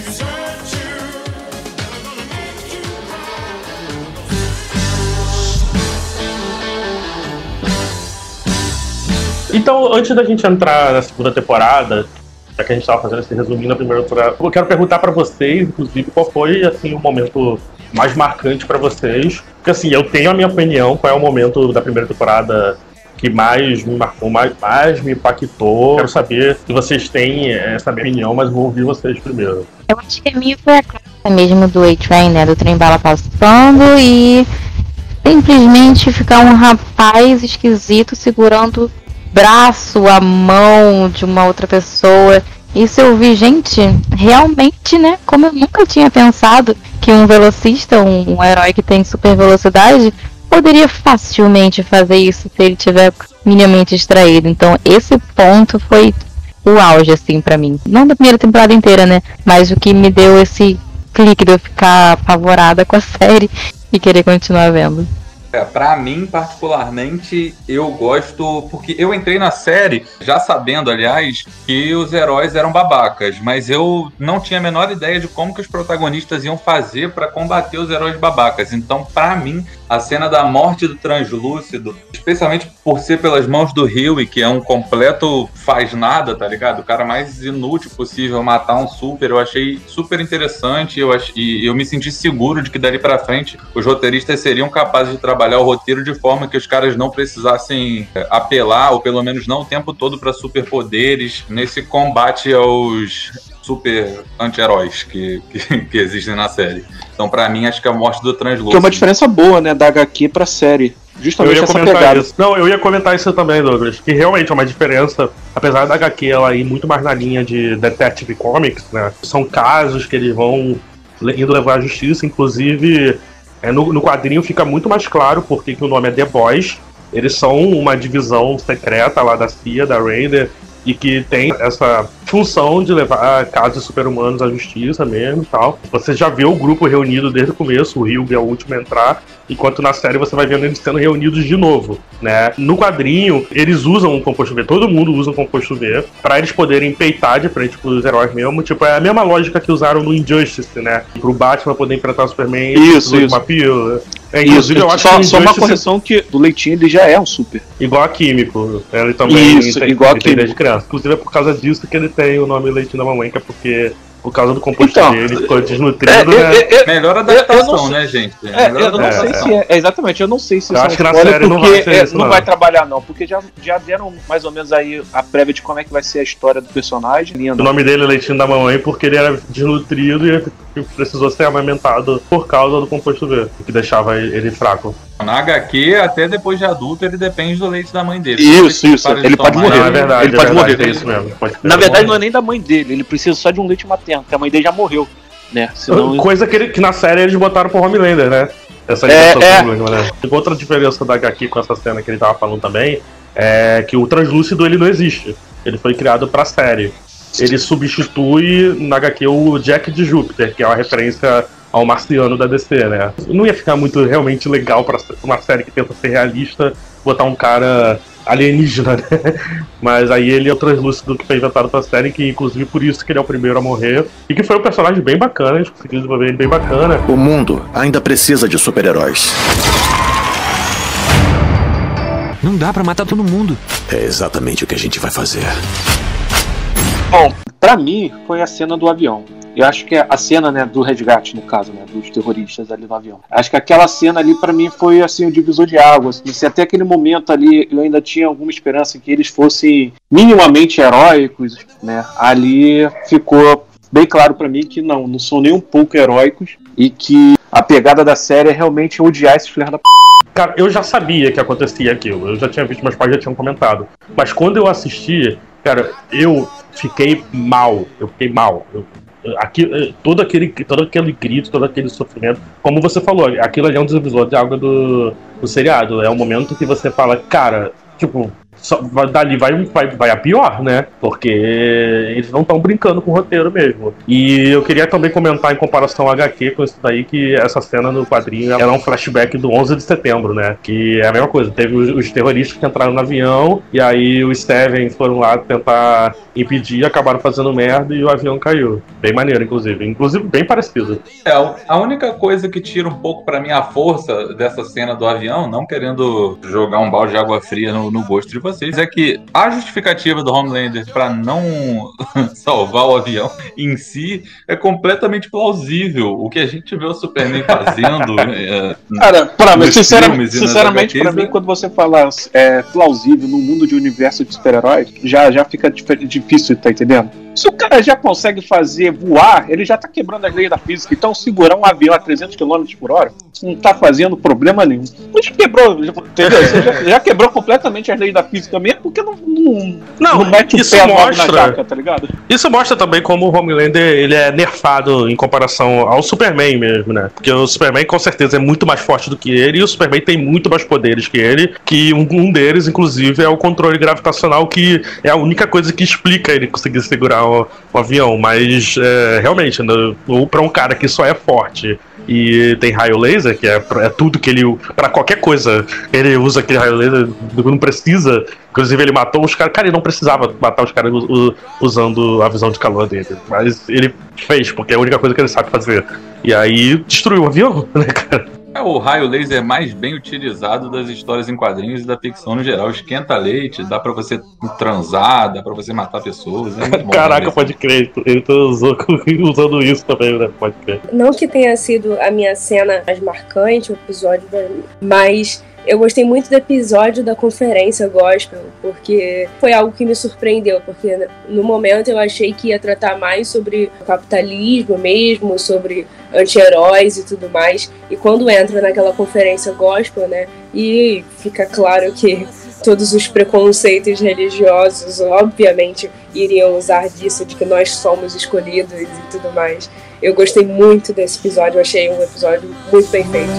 Então, antes da gente entrar na segunda temporada, já que a gente estava fazendo esse resuminho na primeira temporada, eu quero perguntar para vocês, inclusive, qual foi assim, o momento mais marcante para vocês. Porque assim, eu tenho a minha opinião, qual é o momento da primeira temporada que mais me marcou, mais, mais me impactou. Quero saber se vocês têm essa minha opinião, mas vou ouvir vocês primeiro. Eu acho que a minha foi a clássica mesmo do A-Train, né? Do trem-bala passando e simplesmente ficar um rapaz esquisito segurando braço, a mão de uma outra pessoa. Isso eu vi, gente, realmente, né, como eu nunca tinha pensado que um velocista, um, um herói que tem super velocidade, poderia facilmente fazer isso se ele tiver minimamente distraído. Então esse ponto foi o auge, assim, pra mim. Não da primeira temporada inteira, né, mas o que me deu esse clique de eu ficar apavorada com a série e querer continuar vendo. É, pra mim, particularmente, eu gosto... Porque eu entrei na série já sabendo, aliás, que os heróis eram babacas. Mas eu não tinha a menor ideia de como que os protagonistas iam fazer pra combater os heróis babacas. Então, pra mim, a cena da morte do Translúcido, especialmente por ser pelas mãos do Hughie, que é um completo faz nada, tá ligado? O cara mais inútil possível matar um super, eu achei super interessante. Eu ach... E eu me senti seguro de que dali pra frente os roteiristas seriam capazes de trabalhar trabalhar o roteiro de forma que os caras não precisassem apelar, ou pelo menos não o tempo todo, para superpoderes nesse combate aos super anti-heróis que, que, que existem na série. Então, pra mim, acho que a morte do Translúcido... Que é uma diferença boa, né, da H Q pra série. Justamente eu ia essa comentar pegada. Isso. Não, eu ia comentar isso também, Douglas, que realmente é uma diferença, apesar da H Q ela ir muito mais na linha de Detective Comics, né? São casos que eles vão indo levar à justiça, inclusive... É, no, no quadrinho fica muito mais claro porque que o nome é The Boys. Eles são uma divisão secreta lá da C I A, da Raider, e que tem essa função de levar casos super-humanos à justiça mesmo e tal. Você já vê o grupo reunido desde o começo, o Hughie é o último a entrar, enquanto na série você vai vendo eles sendo reunidos de novo, né? No quadrinho, eles usam um composto V, todo mundo usa um composto V, pra eles poderem peitar de frente pros heróis mesmo. Tipo, é a mesma lógica que usaram no Injustice, né? Pro Batman poder enfrentar o Superman, isso, isso. Uma pílula. É, isso, eu acho só, que só uma correção que do Leitinho ele já é um super. Igual a Químico, ele também isso, tem, igual ele a Químico. Desde criança. Inclusive é por causa disso que ele tem o nome Leitinho da Mamãe, que é porque por causa do composto então, dele ficou desnutrido, é, né? É, é, Melhor adaptação, né, gente? É, eu não sei se é, é, exatamente, eu não sei se eu isso acho é que na série não vai, é, isso, não não vai trabalhar não, porque já, já deram mais ou menos aí a prévia de como é que vai ser a história do personagem. O nome dele é Leitinho da Mamãe porque ele era desnutrido e precisou ser amamentado por causa do composto V, que deixava ele fraco. Na H Q, até depois de adulto, ele depende do leite da mãe dele. Isso, isso, ele pode morrer. Não, é verdade, ele é pode verdade, morrer. É isso mesmo. Pode Na verdade, não é nem da mãe dele, ele precisa só de um leite materno, porque a mãe dele já morreu, né? Senão... Coisa que, ele, que na série eles botaram pro Homelander, né? Essa é, é. né? Outra diferença da H Q com essa cena que ele tava falando também é que o Translúcido ele não existe. Ele foi criado pra série. Ele substitui na H Q o Jack de Júpiter, que é uma referência ao Marciano da D C, né? Não ia ficar muito realmente legal pra uma série que tenta ser realista, botar um cara alienígena, né? Mas aí ele é o translúcido que foi inventado pra série, que inclusive por isso que ele é o primeiro a morrer, e que foi um personagem bem bacana, a gente conseguiu desenvolver ele bem bacana. O mundo ainda precisa de super-heróis. Não dá pra matar todo mundo. É exatamente o que a gente vai fazer. Bom, pra mim foi a cena do avião. Eu acho que a cena, né, do resgate, no caso, né, dos terroristas ali no avião. Acho que aquela cena ali pra mim foi assim o divisor de águas. Se até aquele momento ali eu ainda tinha alguma esperança que eles fossem minimamente heróicos, né? Ali ficou bem claro pra mim que não, não são nem um pouco heróicos e que a pegada da série é realmente odiar esses filhos da p. Cara, eu já sabia que acontecia aquilo, eu já tinha visto, meus pais já tinham comentado. Mas quando eu assisti, cara, eu fiquei mal, eu fiquei mal. Eu, aqui, todo, aquele, todo aquele grito, todo aquele sofrimento, como você falou, aquilo ali é um divisor de água do, do seriado. É um momento que você fala, cara, tipo, só, dali vai, vai, vai a pior, né? Porque eles não estão brincando com o roteiro mesmo. E eu queria também comentar em comparação ao H Q com isso daí, que essa cena no quadrinho era um flashback do onze de setembro, né? Que é a mesma coisa, teve os, os terroristas que entraram no avião, e aí os Seven foram lá tentar impedir, acabaram fazendo merda e o avião caiu. Bem maneiro, inclusive. Inclusive, bem parecido. É, a única coisa que tira um pouco pra mim a força dessa cena do avião, não querendo jogar um balde de água fria no, no gosto de vocês, é que a justificativa do Homelander pra não salvar o avião em si é completamente plausível. O que a gente vê o Superman fazendo... é, Cara, pra mim, sinceramente, filmes e nas sinceramente pra H Qs, mim, quando você fala é, plausível num mundo de universo de super-heróis, já, já fica dif- difícil, tá entendendo? Se o cara já consegue fazer voar, ele já tá quebrando as leis da física. Então segurar um avião a trezentos quilômetros por hora não tá fazendo problema nenhum. Mas já quebrou, já, entendeu? Você já, já quebrou completamente as leis da física mesmo, porque não, não, Não, não mete o isso pé mostra- na jaca, tá ligado? Isso mostra também como o Homelander ele é nerfado em comparação ao Superman mesmo, né? Porque o Superman com certeza é muito mais forte do que ele, e o Superman tem muito mais poderes que ele, que um, um deles, inclusive, é o controle gravitacional, que é a única coisa que explica ele conseguir segurar o, o avião. Mas, é, realmente, no, pra um cara que só é forte e tem raio laser, que é, é tudo que ele... Pra qualquer coisa, ele usa aquele raio laser, não precisa... Inclusive ele matou os caras. Cara, ele não precisava matar os caras u- usando a visão de calor dele. Mas ele fez, porque é a única coisa que ele sabe fazer. E aí destruiu o avião, né, cara? É o raio laser mais bem utilizado das histórias em quadrinhos e da ficção no geral. Esquenta leite, dá pra você transar, dá pra você matar pessoas. É muito bom. Caraca, pode crer. Ele tá usando, usando isso também, né? Pode crer. Não que tenha sido a minha cena mais marcante, o episódio, mas eu gostei muito do episódio da conferência gospel, porque foi algo que me surpreendeu, porque no momento eu achei que ia tratar mais sobre o capitalismo mesmo, sobre anti-heróis e tudo mais, e quando entra naquela conferência gospel, né, e fica claro que todos os preconceitos religiosos obviamente iriam usar disso, de que nós somos escolhidos e tudo mais. Eu gostei muito desse episódio, eu achei um episódio muito bem feito.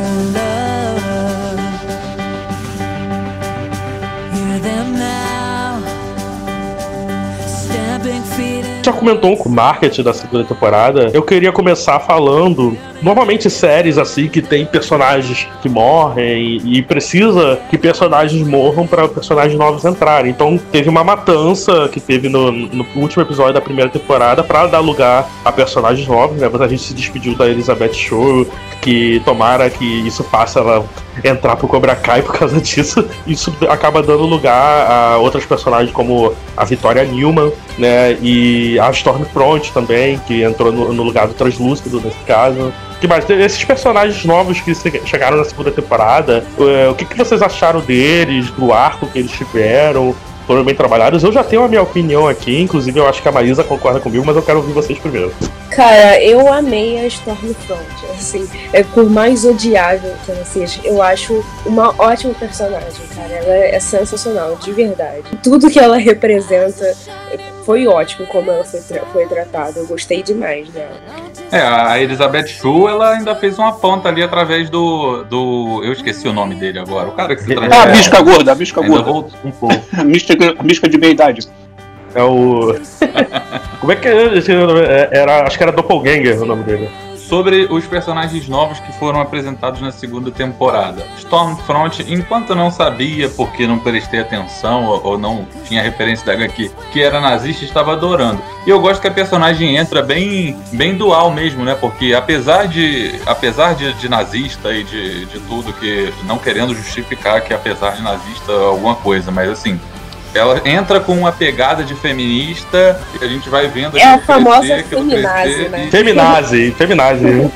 Já comentou com o marketing da segunda temporada. Eu queria começar falando, normalmente séries assim que tem personagens que morrem e precisa que personagens morram para personagens novos entrarem. Então teve uma matança que teve no, no último episódio da primeira temporada para dar lugar a personagens novos, né? Mas a gente se despediu da Elizabeth Shaw, que tomara que isso faça ela entrar pro Cobra Kai por causa disso. Isso acaba dando lugar a outras personagens como a Victoria Newman, né, e a Stormfront também, que entrou no, no lugar do Translúcido nesse caso. Que mais? Esses personagens novos que chegaram na segunda temporada, uh, o que, que vocês acharam deles, do arco que eles tiveram? Foram bem trabalhados? Eu já tenho a minha opinião aqui, inclusive eu acho que a Maísa concorda comigo, mas eu quero ouvir vocês primeiro. Cara, eu amei a Stormfront, assim, é por mais odiável que ela seja, eu acho uma ótima personagem, cara, ela é sensacional, de verdade. Tudo que ela representa foi ótimo como ela foi, tra- foi tratada, eu gostei demais dela. É, a Elizabeth Shaw, ela ainda fez uma ponta ali através do... do eu esqueci o nome dele agora, o cara que se Ah, a transforma. mística gorda, a mística Ainda gorda. voltou um pouco. A mística, a mística de meia-idade. É o... Como é que é esse nome? Era, acho que era Doppelganger o nome dele. sobre os personagens novos que foram apresentados na segunda temporada. Stormfront, enquanto eu não sabia, porque não prestei atenção ou, ou não tinha referência da agá quê, que era nazista, estava adorando. E eu gosto que a personagem entra bem, bem dual mesmo, né? Porque apesar de, apesar de, de nazista e de, de tudo, que não querendo justificar que apesar de nazista alguma coisa, mas assim, ela entra com uma pegada de feminista e a gente vai vendo... É a famosa feminazi, né? Feminazi, feminazi.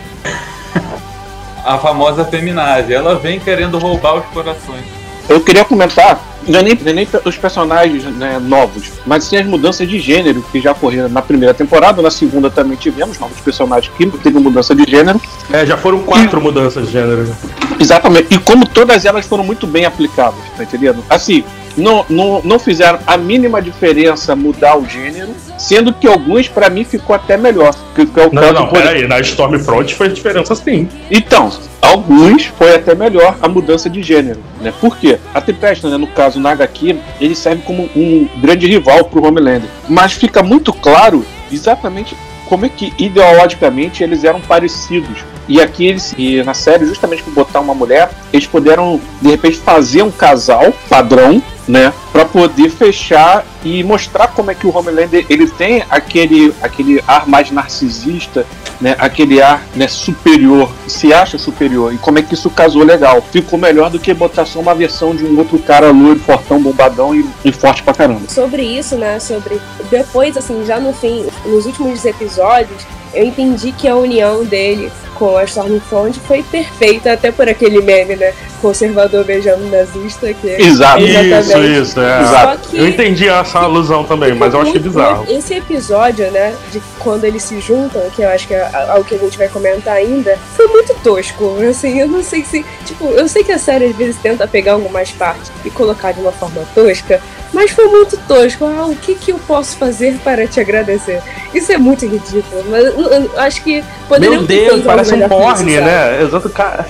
A famosa feminazi. Ela vem querendo roubar os corações. Eu queria comentar, não é nem, não é nem os personagens, né, novos, mas sim as mudanças de gênero que já ocorreram na primeira temporada. Na segunda também tivemos novos personagens que teve mudança de gênero. É, já foram quatro e... mudanças de gênero. Exatamente, e como todas elas foram muito bem aplicadas, tá entendendo? Assim, não, não, não fizeram a mínima diferença mudar o gênero, sendo que alguns, pra mim, ficou até melhor. Que, que é o não, caso não, por... peraí, na Stormfront fez diferença sim. Então, alguns foi até melhor a mudança de gênero, né? Por quê? A Tempesta, né, no caso, na agá quê, ele serve como um grande rival pro Homelander. Mas fica muito claro exatamente como é que ideologicamente eles eram parecidos. E aqui eles, e na série, justamente por botar uma mulher, eles puderam, de repente, fazer um casal padrão, né, para poder fechar e mostrar como é que o Homelander ele tem aquele, aquele ar mais narcisista, né, aquele ar, né, superior, se acha superior, e como é que isso casou legal. Ficou melhor do que botar só uma versão de um outro cara loiro, fortão, bombadão e, e forte pra caramba. Sobre isso, né, sobre depois, assim, já no fim, nos últimos episódios, eu entendi que a união dele com a Stormfront foi perfeita, até por aquele meme, né? Conservador beijando nazista. Que Exato. Isso, isso, é. Exato. Que, eu entendi essa alusão também, mas eu achei bizarro. Esse episódio, né, de quando eles se juntam, que eu acho que é algo que a gente vai comentar ainda, foi muito tosco. Assim, eu não sei se... Tipo, eu sei que a série às vezes tenta pegar algumas partes e colocar de uma forma tosca, mas foi muito tosco. Ah, o que, que eu posso fazer para te agradecer? Isso é muito ridículo. Mas eu, eu acho que poderiam Meu Deus, parece um porn, né? Exato, cara.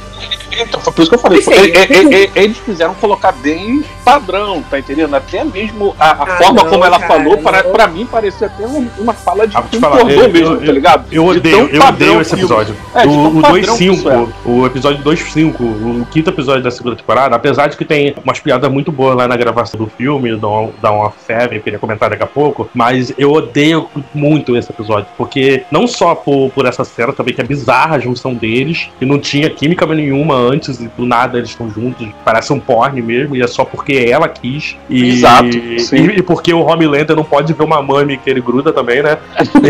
Então, foi por isso que eu falei. É, é, é, eles quiseram colocar bem padrão, tá entendendo? Até mesmo a, a ah, forma não, como ela cara, falou, pra, pra mim parecia até uma, uma fala de um pornô mesmo, eu, tá ligado? Eu odeio, eu odeio esse episódio. É, o o dois ponto cinco, o episódio dois ponto cinco, o quinto episódio da segunda temporada, apesar de que tem umas piadas muito boas lá na gravação do filme, da uma Seven, eu queria comentar daqui a pouco, mas eu odeio muito esse episódio, porque não só por, por essa cena também, que é bizarra a junção deles, e não tinha química nenhuma antes, e do nada eles estão juntos, parece um porn mesmo, e é só porque ela quis. E, Exato, e, e porque o Homelander não pode ver uma mami que ele gruda também, né?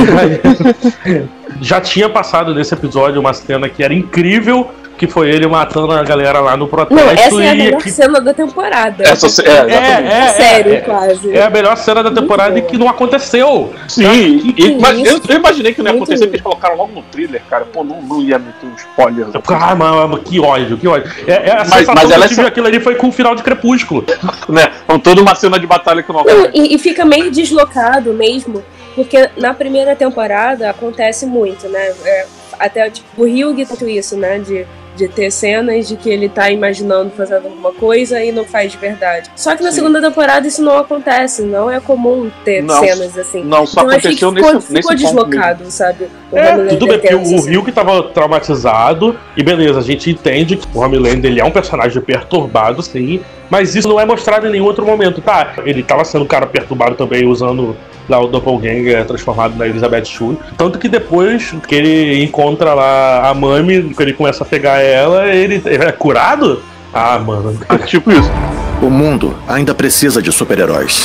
Já tinha passado nesse episódio uma cena que era incrível, que foi ele matando a galera lá no protesto. Não, essa é a e melhor que... cena da temporada. Essa, é, é, é, sério, é, quase. É a melhor cena da temporada e que não aconteceu. Sim, e, e, mas eu, eu imaginei que não ia acontecer, porque eles colocaram logo no thriller, cara. Pô, não, não ia meter um spoiler. Ah, mas, que ódio, que ódio. É, é a mas, sensação mas que eu ela tive é... aquilo ali foi com o final de Crepúsculo. Né? Com toda uma cena de batalha que não acontece. E, e fica meio deslocado mesmo, porque na primeira temporada acontece muito, né? É, até tipo, o Hugh tanto isso, né? De, de ter cenas de que ele tá imaginando fazendo alguma coisa e não faz de verdade. Só que na Sim. segunda temporada isso não acontece, não é comum ter não, cenas assim. Não, só então, aconteceu ficou, nesse, ficou nesse deslocado, sabe? O é, tudo bem, porque o, o Hugh que tava traumatizado, e beleza, a gente entende que o Homelander ele é um personagem perturbado, sim, mas isso não é mostrado em nenhum outro momento, tá? Ele tava sendo um cara perturbado também, usando lá o Doppelganger transformado na Elizabeth Shue. Tanto que depois que ele encontra lá a Mami, que ele começa a pegar ela, ele, ele é curado? Ah, mano. É tipo isso. O mundo ainda precisa de super-heróis.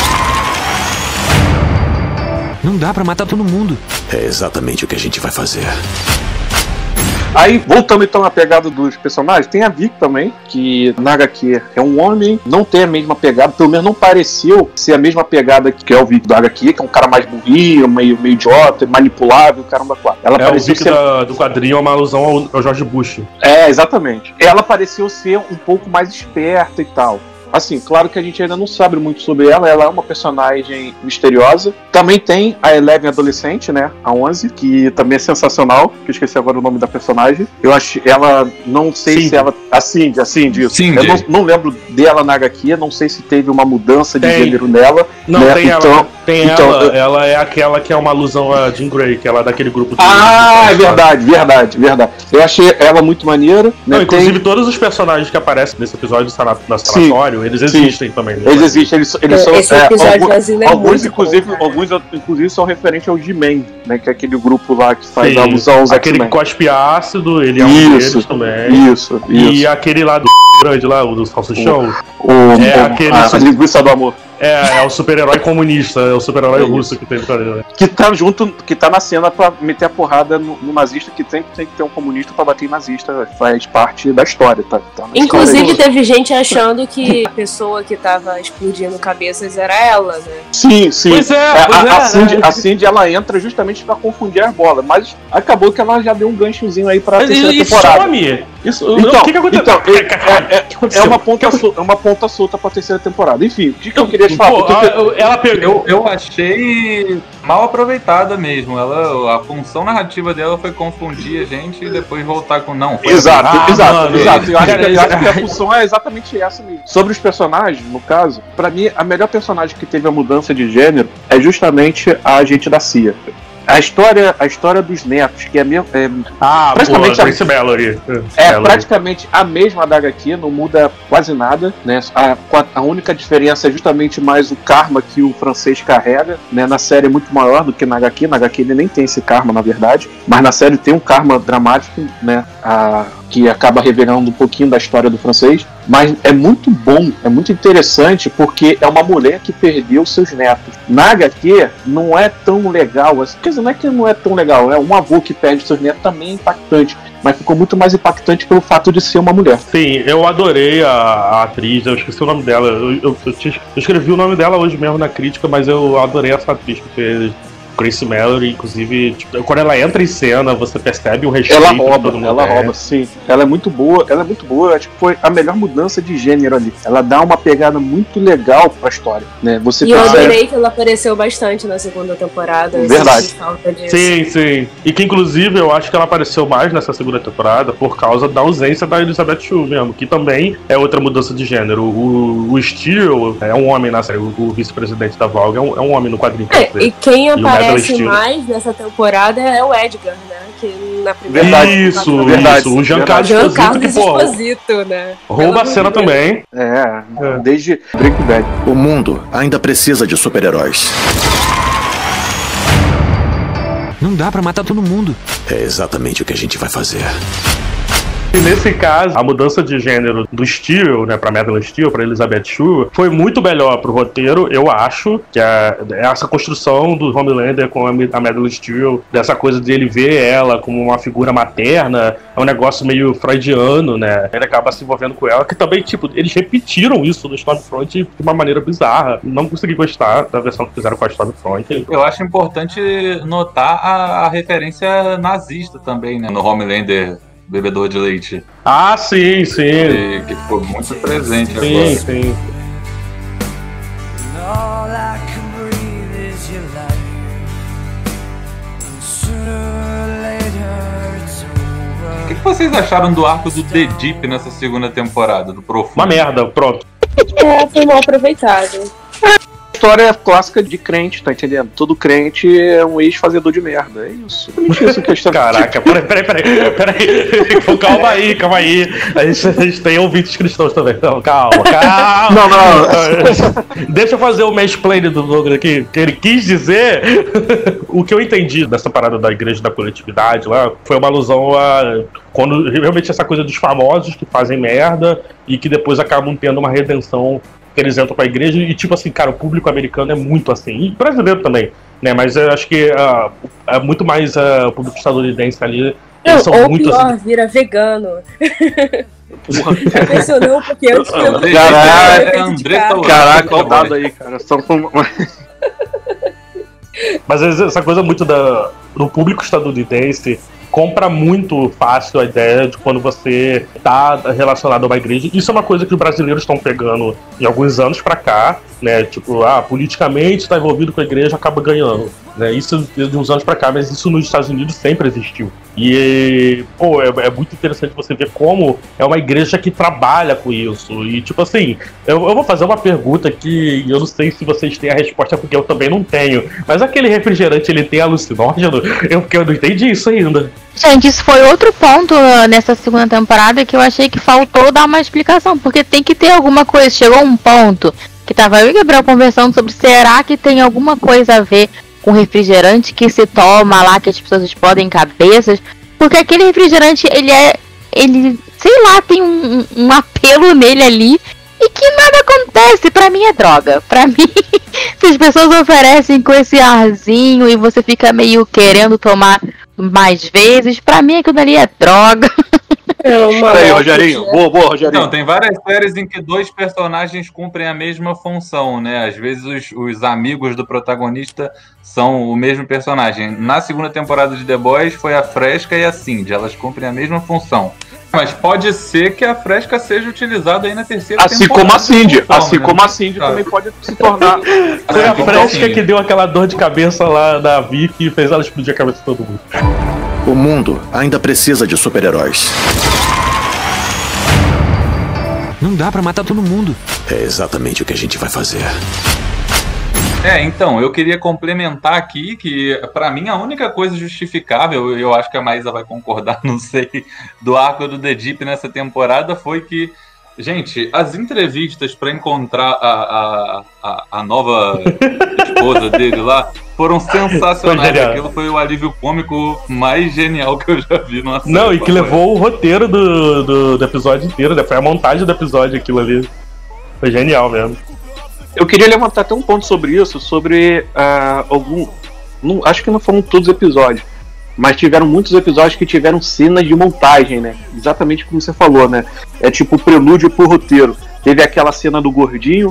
Não dá pra matar todo mundo. É exatamente o que a gente vai fazer. Aí, voltando então à pegada dos personagens, tem a Vic também, que na agá quê é um homem, não tem a mesma pegada, pelo menos não pareceu ser a mesma pegada que é o Vic do agá quê, que é um cara mais burrinho, meio, meio idiota, manipulável, caramba, quatro. Ela é, pareceu o Vic ser... da, do quadrinho é uma alusão ao, ao George Bush. É, exatamente. Ela pareceu ser um pouco mais esperta e tal. Assim, claro que a gente ainda não sabe muito sobre ela, ela é uma personagem misteriosa. Também tem a Eleven adolescente, né, a onze, que também é sensacional, que eu esqueci agora o nome da personagem. Eu acho, ela, não sei Cindy. se ela... A Cindy, a Cindy, isso. Cindy. Eu não, não lembro dela na agá quê, não sei se teve uma mudança de tem. gênero nela. Não, né? tem então, ela. Tem Então, ela, eu- ela é aquela que é uma alusão a Jean Grey, que ela é daquele grupo de... Ah, é verdade, verdade, verdade. Eu achei ela muito maneira. Não, Né? inclusive Tem- todos os personagens que aparecem nesse episódio do sana- do Sim, sanatório, eles sim. existem também. Né? Eles existem, eles, eles É, são. esse episódio alguns, assim é alguns, muito inclusive, bom, cara. alguns, inclusive, são referentes ao G-Man, né? Que é aquele grupo lá que faz Sim, alusão aos aquele que X-Men. cospe ácido, ele é um Isso, deles também. Isso, E isso. aquele lá do grande lá, o do salsichão, O, é o- aquele a, a sub- linguiça do amor. é, é o super-herói comunista, é o super-herói É russo que tem ali. Que tá junto, que tá na cena pra meter a porrada no, no nazista, que sempre tem que ter um comunista pra bater em nazista. Faz parte da história, tá? tá na Inclusive, história. teve gente achando que a pessoa que tava explodindo cabeças era ela, né? Sim, sim. Pois é, A- pois a, a, é, Cindy, né? a Cindy, ela entra justamente pra confundir as bolas, mas acabou que ela já deu um ganchozinho aí pra Mas terceira isso temporada. some! Isso, Então, o que que aconteceu? então, é- Caralho, é- o que aconteceu? É uma O que ponta, aconteceu? sol- é uma ponta solta pra terceira temporada. Enfim, o que, que eu queria te falar? Pô, Porque- a- ela pegou. Eu, eu achei mal aproveitada mesmo. Ela, a função narrativa dela foi confundir a gente e depois voltar com não. Foi Exato, Ah, exato, mano, exato. Eu acho, cara, que, eu acho isso- que a função é exatamente essa mesmo. Sobre os personagens, no caso, pra mim, a melhor personagem que teve a mudança de gênero é justamente a agente da C I A. A história, a história dos netos, que é, mesmo, é, Ah, praticamente pô, a- Grace Mallory. é Mallory. praticamente a mesma da H Q, não muda quase nada, né? A, a única diferença é justamente mais o karma que o francês carrega, né? Na série é muito maior do que na H Q. Na H Q ele nem tem esse karma, na verdade, mas na série tem um karma dramático, né? A, que acaba revelando um pouquinho da história do francês, mas é muito bom, é muito interessante, porque é uma mulher que perdeu seus netos. Na H Q não é tão legal, assim, quer dizer, não é que não é tão legal, é um avô que perde seus netos também é impactante, mas ficou muito mais impactante pelo fato de ser uma mulher. Sim, eu adorei a, a atriz, eu esqueci o nome dela. Eu, eu, eu, tinha- eu escrevi o nome dela hoje mesmo na crítica, mas eu adorei essa atriz que fez Grace Mallory, inclusive, tipo, quando ela entra em cena, você percebe o respeito Ela que rouba, todo mundo ela tem. rouba, sim. Ela é muito boa, ela é muito boa. Eu acho que foi a melhor mudança de gênero ali. Ela dá uma pegada muito legal pra história, né? Você E eu percebe. adorei que ela apareceu bastante na segunda temporada. eu Verdade. senti falta disso. Sim, sim. E que inclusive eu acho que ela apareceu mais nessa segunda temporada por causa da ausência da Elizabeth Shue mesmo, que também é outra mudança de gênero. O, o Steel é um homem na série, o, o vice-presidente da Vogue é um, é um homem no quadrinho. É, e quem E o Madeline aparece Steele. mais nessa temporada é o Edgar, né? Que na primeira Verdade. Isso, temporada- Verdade. isso. O Giancarlo Jean Esposito, Carlos que, pô, Esposito, né? rouba Pelo a cena amor de Deus. também. É, É. desde Breaking Bad. O mundo ainda precisa de super-heróis. Não dá pra matar todo mundo. É exatamente o que a gente vai fazer. E nesse caso, a mudança de gênero do Steel, né, pra Madeline Steele, pra Elizabeth Shue, foi muito melhor pro roteiro, eu acho, que é essa construção do Homelander com a a Madeline Steele, dessa coisa de ele ver ela como uma figura materna, é um negócio meio freudiano, né, ele acaba se envolvendo com ela, que também, tipo, eles repetiram isso no Stormfront de uma maneira bizarra. Não consegui gostar da versão que fizeram com a Stormfront. Eu acho importante notar a, a referência nazista também, né? No Homelander, bebedor de leite. Ah, sim, sim. Que, que ficou muito presente Sim, agora. sim. All I can breathe is your light. And sooner or later it's over. O que, que vocês acharam do arco do The Deep nessa segunda temporada, do Profundo? Uma merda, pronto. É, foi mal aproveitado. História clássica de crente, tá entendendo? Todo crente é um ex-fazedor de merda. É isso. Somente isso que a gente tá Caraca, peraí, peraí, peraí, peraí. Calma aí, calma aí. A gente, a gente tem ouvintes cristãos também. Então, calma, calma. Não, não. Deixa eu fazer o mansplaining do Douglas aqui. Que ele quis dizer. O que eu entendi dessa parada da igreja da coletividade lá foi uma alusão a. Quando realmente essa coisa dos famosos que fazem merda e que depois acabam tendo uma redenção. Que eles entram pra igreja e, tipo assim, cara, o público americano é muito assim, e brasileiro também, né, mas eu acho que uh, é muito mais uh, o público estadunidense ali, eles são Ou muito pior, assim. vira vegano. Impressionou porque antes que eu André- Caraca, André tá Caraca, olha o dado aí, cara. Só com... Mas essa coisa muito da, do público estadunidense compra muito fácil a ideia de quando você tá relacionado a uma igreja. Isso é uma coisa que os brasileiros estão pegando em alguns anos pra cá, né? Tipo, ah, politicamente está envolvido com a igreja, acaba ganhando. Né? Isso de uns anos pra cá, mas isso nos Estados Unidos sempre existiu. E, pô, é, é muito interessante você ver como é uma igreja que trabalha com isso. E, tipo assim, eu, eu vou fazer uma pergunta que eu não sei se vocês têm a resposta, porque eu também não tenho. Mas aquele refrigerante, ele tem alucinógeno? Eu, porque eu não entendi isso ainda. Gente, isso foi outro ponto uh, nessa segunda temporada que eu achei que faltou dar uma explicação, porque tem que ter alguma coisa. Chegou um ponto que tava eu e o Gabriel conversando sobre será que tem alguma coisa a ver com refrigerante que se toma lá, que as pessoas explodem cabeças, porque aquele refrigerante, ele é, ele, sei lá, tem um, um apelo nele ali, e que nada acontece. Pra mim é droga. Pra mim, se as pessoas oferecem com esse arzinho e você fica meio querendo tomar mais vezes, pra mim aquilo ali é droga. É uma aí, Rogerinho. Boa, boa, Rogerinho. Não, tem várias séries em que dois personagens cumprem a mesma função, né? Às vezes os, os amigos do protagonista são o mesmo personagem. Na segunda temporada de The Boys foi a Fresca e a Cindy. Elas cumprem a mesma função. Mas pode ser que a Fresca seja utilizada aí na terceira assim temporada. Como a Cindy. Forma, assim né? como a Cindy também pode se tornar. Foi a Fresca que deu aquela dor de cabeça lá na Vicky e fez ela explodir a cabeça de todo mundo. O mundo ainda precisa de super-heróis. Não dá pra matar todo mundo. É exatamente o que a gente vai fazer. É, então, eu queria complementar aqui que, pra mim, a única coisa justificável, eu acho que a Maísa vai concordar, não sei, do arco do The Deep nessa temporada foi que, gente, as entrevistas pra encontrar a, a, a, a nova esposa dele lá foram sensacionais. Foi Aquilo foi o alívio cômico mais genial que eu já vi numa série. Não, e que levou o roteiro do, do, do episódio inteiro, né? Foi a montagem do episódio aquilo ali. Foi genial mesmo. Eu queria levantar até um ponto sobre isso, sobre uh, algum... Não, acho que não foram todos os episódios, mas tiveram muitos episódios que tiveram cenas de montagem, né? Exatamente como você falou, né? É tipo prelúdio pro roteiro. Teve aquela cena do gordinho,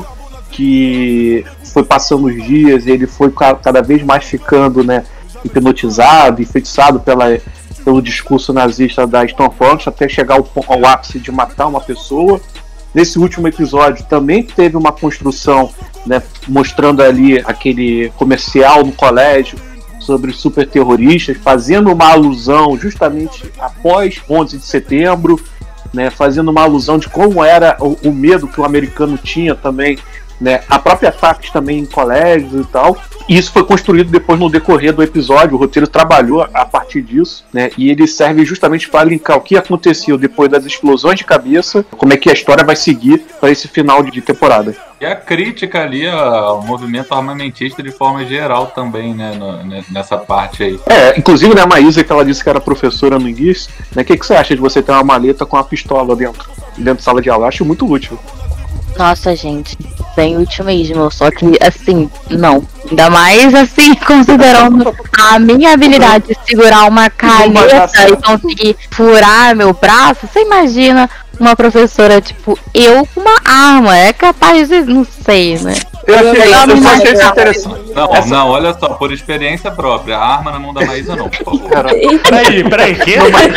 que foi passando os dias e ele foi cada vez mais ficando, né, hipnotizado, enfeitiçado pela, pelo discurso nazista da Stormfront até chegar ao, ao ápice de matar uma pessoa. Nesse último episódio também teve uma construção, né, mostrando ali aquele comercial no colégio sobre super terroristas, fazendo uma alusão justamente após onze de setembro, né, fazendo uma alusão de como era o, o medo que o americano tinha também, né, a própria ataques também em colégios e tal. E isso foi construído depois no decorrer do episódio, o roteiro trabalhou a partir disso, né, e ele serve justamente para linkar o que aconteceu depois das explosões de cabeça, como é que a história vai seguir para esse final de temporada. E a crítica ali ao movimento armamentista de forma geral também, né, no, nessa parte aí. É, inclusive, né, a Maísa, que ela disse que era professora no início, né, o que, que você acha de você ter uma maleta com uma pistola dentro, dentro da sala de aula? Eu acho muito útil. Nossa, gente, bem útil mesmo, só que, assim, não. Ainda mais, assim, considerando a minha habilidade de segurar uma caneta e conseguir furar meu braço, você imagina uma professora, tipo, eu com uma arma, é capaz de, não sei, né? Eu achei, eu eu só achei isso interessante. Não, Essa... não, olha só, por experiência própria, a arma na mão da Maísa não, por favor. Peraí, peraí, que?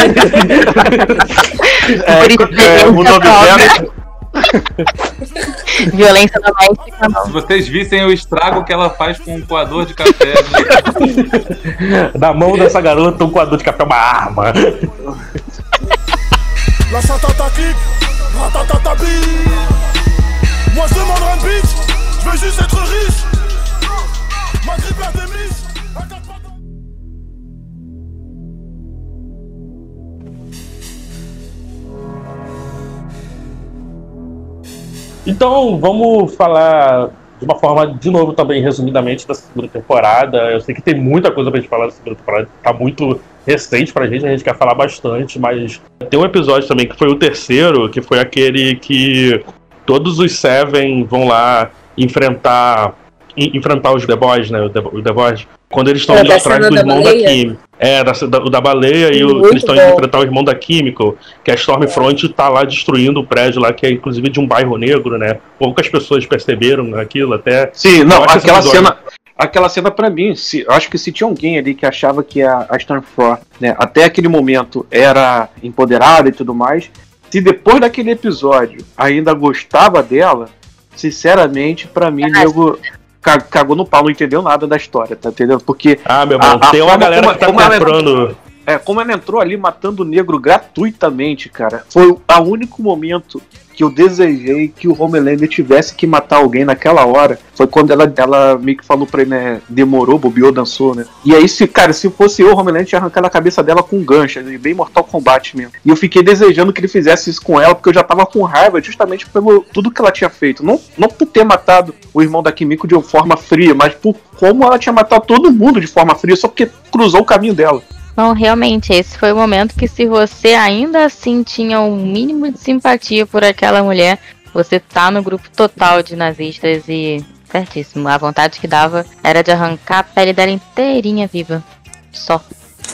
É, é, mudou de violência doméstica não. Se vocês vissem o estrago que ela faz com um coador de café, né? Na mão dessa garota, um coador de café é uma arma. La chatata kick, ratatata bim. Moi je demande un bitch, je veux juste être riche. Ma grippe la démise. Então, vamos falar de uma forma, de novo, também resumidamente, da segunda temporada. Eu sei que tem muita coisa pra gente falar da segunda temporada, tá muito recente pra gente, a gente quer falar bastante, mas tem um episódio também que foi o terceiro, que foi aquele que todos os Seven vão lá enfrentar enfrentar os The Boys, né, os The Boys, quando eles estão indo atrás do irmão da Química. É, da, da, da baleia, e o, eles estão indo enfrentar o irmão da Química, que a Stormfront tá lá destruindo o prédio lá, que é inclusive de um bairro negro, né? Poucas pessoas perceberam aquilo até. Sim, não, aquela cena, aquela cena pra mim, se, acho que se tinha alguém ali que achava que a, a Stormfront, né, até aquele momento era empoderada e tudo mais, se depois daquele episódio ainda gostava dela, sinceramente, pra mim, nego cagou no pau, não entendeu nada da história, tá entendendo? Porque ah, meu irmão, a, tem a uma galera como, que tá comprando... É, como ela entrou ali matando o negro gratuitamente, cara, foi o único momento que eu desejei que o Homelander tivesse que matar alguém naquela hora. Foi quando ela, ela meio que falou pra ele, né, demorou, bobeou, dançou, né. E aí, se, cara, se fosse eu, o Homelander tinha arrancado a cabeça dela com um gancho, bem Mortal Kombat mesmo. E eu fiquei desejando que ele fizesse isso com ela, porque eu já tava com raiva justamente pelo tudo que ela tinha feito. Não, não por ter matado o irmão da Kimiko de forma fria, mas por como ela tinha matado todo mundo de forma fria, só porque cruzou o caminho dela. Não, realmente, esse foi o momento que, se você ainda assim tinha um mínimo de simpatia por aquela mulher, você tá no grupo total de nazistas e... certíssimo, a vontade que dava era de arrancar a pele dela inteirinha viva. Só.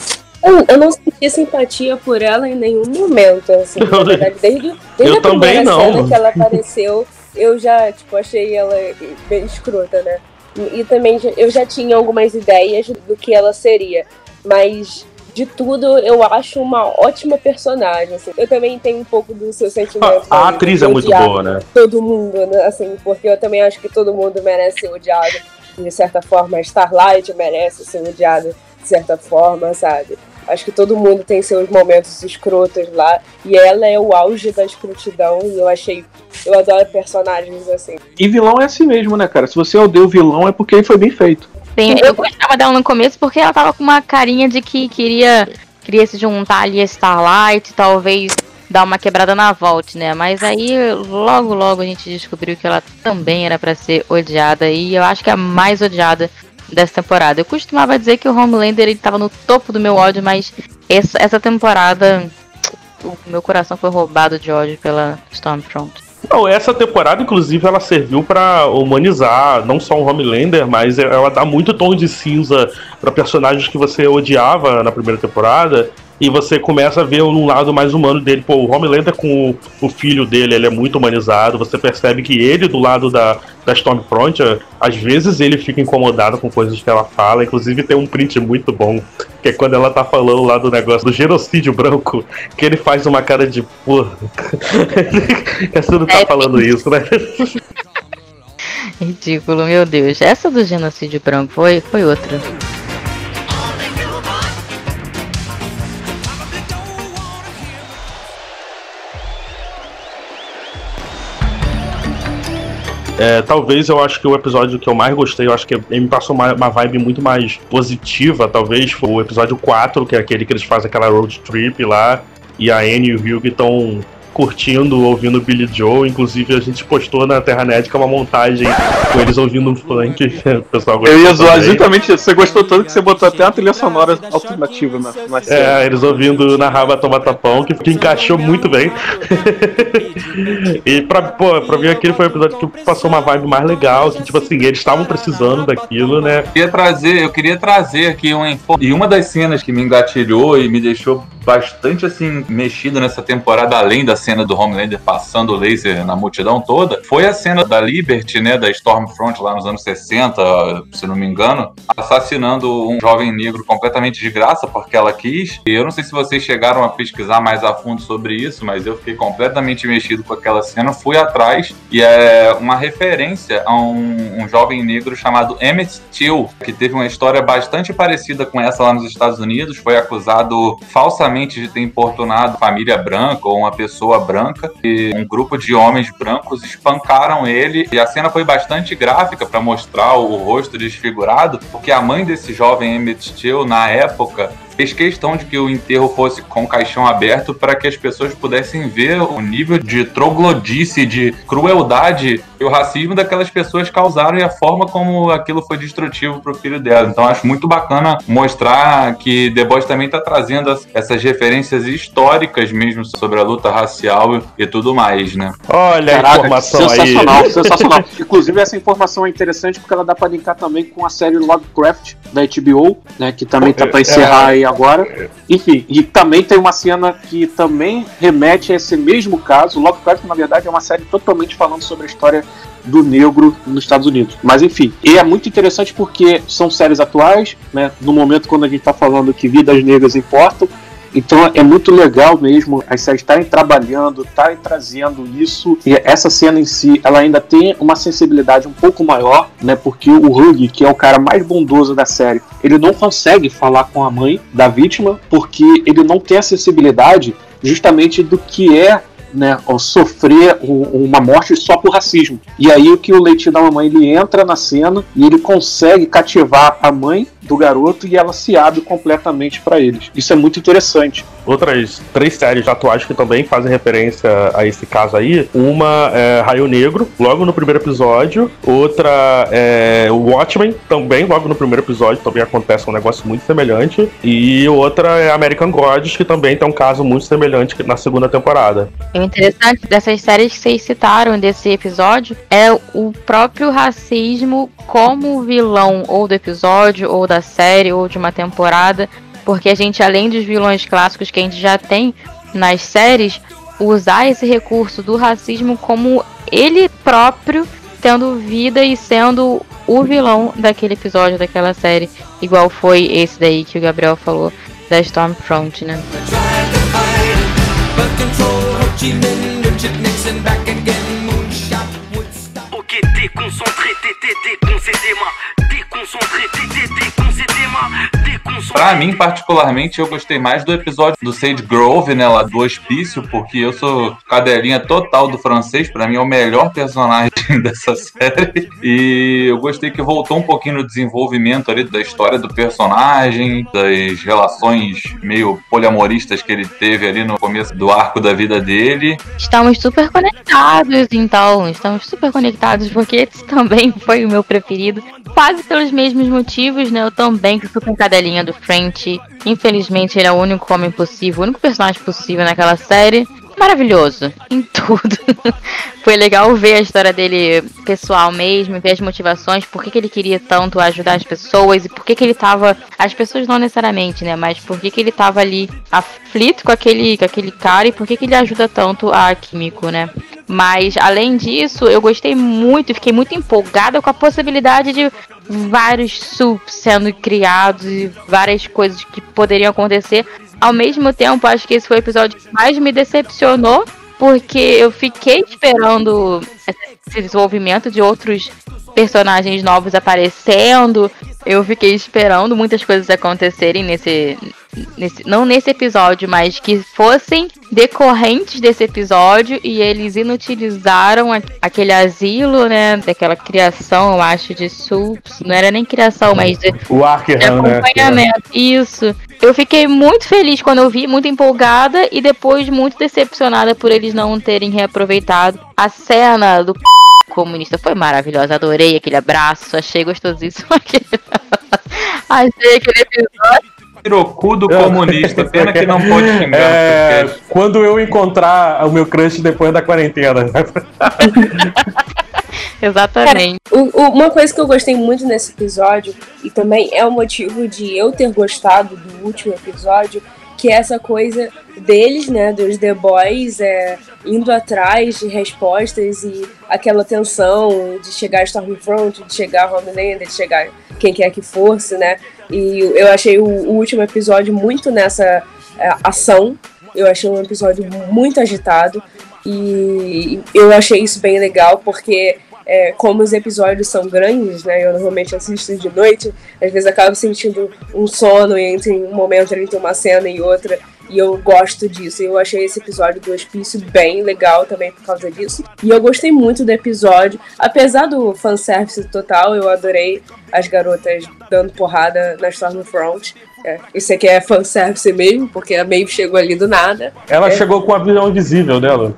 Eu, eu não senti simpatia por ela em nenhum momento, assim, na verdade, desde, desde eu a primeira não. cena que ela apareceu, eu já, tipo, achei ela bem escrota, né? E, e também eu já tinha algumas ideias do que ela seria, mas... de tudo, eu acho uma ótima personagem, assim. Eu também tenho um pouco do seu sentimento. A, a atriz é muito boa, né? Todo mundo, né? Assim, porque eu também acho que todo mundo merece ser odiado. De certa forma, a Starlight merece ser odiada de certa forma, sabe? Acho que todo mundo tem seus momentos escrotos lá. E ela é o auge da escrotidão. E eu achei... eu adoro personagens assim. E vilão é assim mesmo, né, cara? Se você odeia o vilão, é porque ele foi bem feito. Sim, eu gostava dela no começo porque ela tava com uma carinha de que queria, queria se juntar ali a Starlight, talvez dar uma quebrada na Vault, né? Mas aí logo logo a gente descobriu que ela também era pra ser odiada, e eu acho que é a mais odiada dessa temporada. Eu costumava dizer que o Homelander ele tava no topo do meu ódio, mas essa, essa temporada o meu coração foi roubado de ódio pela Stormfront. Não, essa temporada, inclusive, ela serviu pra humanizar não só o Homelander, mas ela dá muito tom de cinza pra personagens que você odiava na primeira temporada, e você começa a ver um lado mais humano dele. Pô, o Homelander com o, o filho dele, ele é muito humanizado. Você percebe que ele, do lado da, da Stormfront, às vezes ele fica incomodado com coisas que ela fala. Inclusive tem um print muito bom, que é quando ela tá falando lá do negócio do genocídio branco, que ele faz uma cara de porra. Que você não tá é, falando isso, né? Ridículo, meu Deus. Essa do genocídio branco foi, foi outra. É, talvez eu acho que o episódio que eu mais gostei, eu acho que ele me passou uma, uma vibe muito mais positiva, talvez, foi o episódio quatro, que é aquele que eles fazem aquela road trip lá, e a Anne e o Hugh estão curtindo, ouvindo Billy Joe. Inclusive a gente postou na Terranet uma montagem com eles ouvindo um funk. O pessoal gostou. Eu ia zoar também. justamente isso. Você gostou tanto que você botou até uma trilha sonora alternativa na, na série. É, eles ouvindo na Raba Toma Tapão, que, que encaixou muito bem. E pra, pô, pra mim aquele foi um episódio que passou uma vibe mais legal, que tipo assim, eles estavam precisando daquilo, né? Eu queria trazer, eu queria trazer aqui um informe. E uma das cenas que me engatilhou e me deixou bastante assim mexido nessa temporada, além da cena do Homelander passando o laser na multidão toda, foi a cena da Liberty, né, da Stormfront lá nos anos sessenta, se não me engano, assassinando um jovem negro completamente de graça porque ela quis. E eu não sei se vocês chegaram a pesquisar mais a fundo sobre isso, mas eu fiquei completamente mexido com aquela cena, fui atrás, e é uma referência a um, um jovem negro chamado Emmett Till, que teve uma história bastante parecida com essa lá nos Estados Unidos, foi acusado falsamente de ter importunado família branca ou uma pessoa branca, e um grupo de homens brancos espancaram ele, e a cena foi bastante gráfica para mostrar o rosto desfigurado, porque a mãe desse jovem Emmett Till, na época, fez questão de que o enterro fosse com o caixão aberto para que as pessoas pudessem ver o nível de troglodice, de crueldade e o racismo daquelas pessoas causaram e a forma como aquilo foi destrutivo para o filho dela. Então acho muito bacana mostrar que The Boys também está trazendo essas referências históricas mesmo sobre a luta racial e tudo mais, né? Olha a Caraca, informação sensacional, aí. sensacional. Inclusive essa informação é interessante porque ela dá para linkar também com a série Lovecraft da H B O, né, que também tá para encerrar aí agora. Enfim, e também tem uma cena que também remete a esse mesmo caso. Logo claro que na verdade é uma série totalmente falando sobre a história do negro nos Estados Unidos. Mas enfim, e é muito interessante porque são séries atuais, né? No momento quando a gente está falando que vidas negras importam. Então é muito legal mesmo as séries estarem trabalhando, estarem trazendo isso. E essa cena em si, ela ainda tem uma sensibilidade um pouco maior, né? Porque o Hugh, que é o cara mais bondoso da série, ele não consegue falar com a mãe da vítima porque ele não tem a sensibilidade justamente do que é, né, sofrer uma morte só por racismo. E aí o que o Leitinho da Mamãe, ele entra na cena e ele consegue cativar a mãe do garoto e ela se abre completamente para eles. Isso é muito interessante. Outras três séries atuais que também fazem referência a esse caso aí. Uma é Raio Negro, logo no primeiro episódio. Outra é Watchmen, também logo no primeiro episódio. Também acontece um negócio muito semelhante. E outra é American Gods, que também tem um caso muito semelhante na segunda temporada. O interessante dessas séries que vocês citaram desse episódio é o próprio racismo como vilão ou do episódio, ou da série, ou de uma temporada, porque a gente, além dos vilões clássicos que a gente já tem nas séries, usar esse recurso do racismo como ele próprio tendo vida e sendo o vilão daquele episódio, daquela série, igual foi esse daí que o Gabriel falou, da Stormfront, né? Ok, déconcentré, t'étais déconcentré, déconcentré, t'étais déconcentré, déconcentré. Pra mim, particularmente, eu gostei mais do episódio do Sage Grove, né, lá do hospício, porque eu sou cadelinha total do francês, pra mim é o melhor personagem dessa série, e eu gostei que voltou um pouquinho no desenvolvimento ali da história do personagem, das relações meio poliamoristas que ele teve ali no começo do arco da vida dele. Estamos super conectados, então, estamos super conectados, porque esse também foi o meu preferido, quase pelos mesmos motivos, né, eu também que super cadelinha do French. Infelizmente ele é o único homem possível, o único personagem possível naquela série. Maravilhoso, em tudo. Foi legal ver a história dele pessoal mesmo, ver as motivações, por que, que ele queria tanto ajudar as pessoas e por que, que ele tava, as pessoas não necessariamente, né, mas por que, que ele tava ali aflito com aquele, com aquele cara e por que, que ele ajuda tanto a Kimiko, né. Mas, além disso, eu gostei muito, fiquei muito empolgada com a possibilidade de vários subs sendo criados e várias coisas que poderiam acontecer. Ao mesmo tempo, acho que esse foi o episódio que mais me decepcionou, porque eu fiquei esperando esse desenvolvimento de outros personagens novos aparecendo. Eu fiquei esperando muitas coisas acontecerem nesse, nesse... não nesse episódio, mas que fossem decorrentes desse episódio, e eles inutilizaram aquele asilo, né, daquela criação, eu acho, de subs. Não era nem criação, mas de, o Arkham, de acompanhamento. Né? Isso. Eu fiquei muito feliz quando eu vi, muito empolgada, e depois muito decepcionada por eles não terem reaproveitado a cena do comunista. Foi maravilhosa, adorei aquele abraço, achei gostosíssimo aquele achei aquele episódio. Pirocu do comunista, pena que não pôde xingar. É, porque... quando eu encontrar o meu crush depois da quarentena. Exatamente. Cara, o, o, uma coisa que eu gostei muito nesse episódio, e também é o motivo de eu ter gostado do último episódio, que é essa coisa deles, né, dos The Boys, é, indo atrás de respostas e aquela tensão de chegar a Stormfront, de chegar a Homelander, de chegar quem quer que fosse, né, e eu achei o, o último episódio muito nessa é, ação, eu achei um episódio muito agitado, e eu achei isso bem legal, porque é, como os episódios são grandes, né, eu normalmente assisto de noite, às vezes acabo sentindo um sono entre um momento entre uma cena e outra, e eu gosto disso. Eu achei esse episódio do Hospício bem legal também por causa disso, e eu gostei muito do episódio, apesar do fanservice total, eu adorei as garotas dando porrada na Stormfront. É, isso aqui é fanservice mesmo, porque a Maeve chegou ali do nada. Ela é. chegou com a visão invisível dela.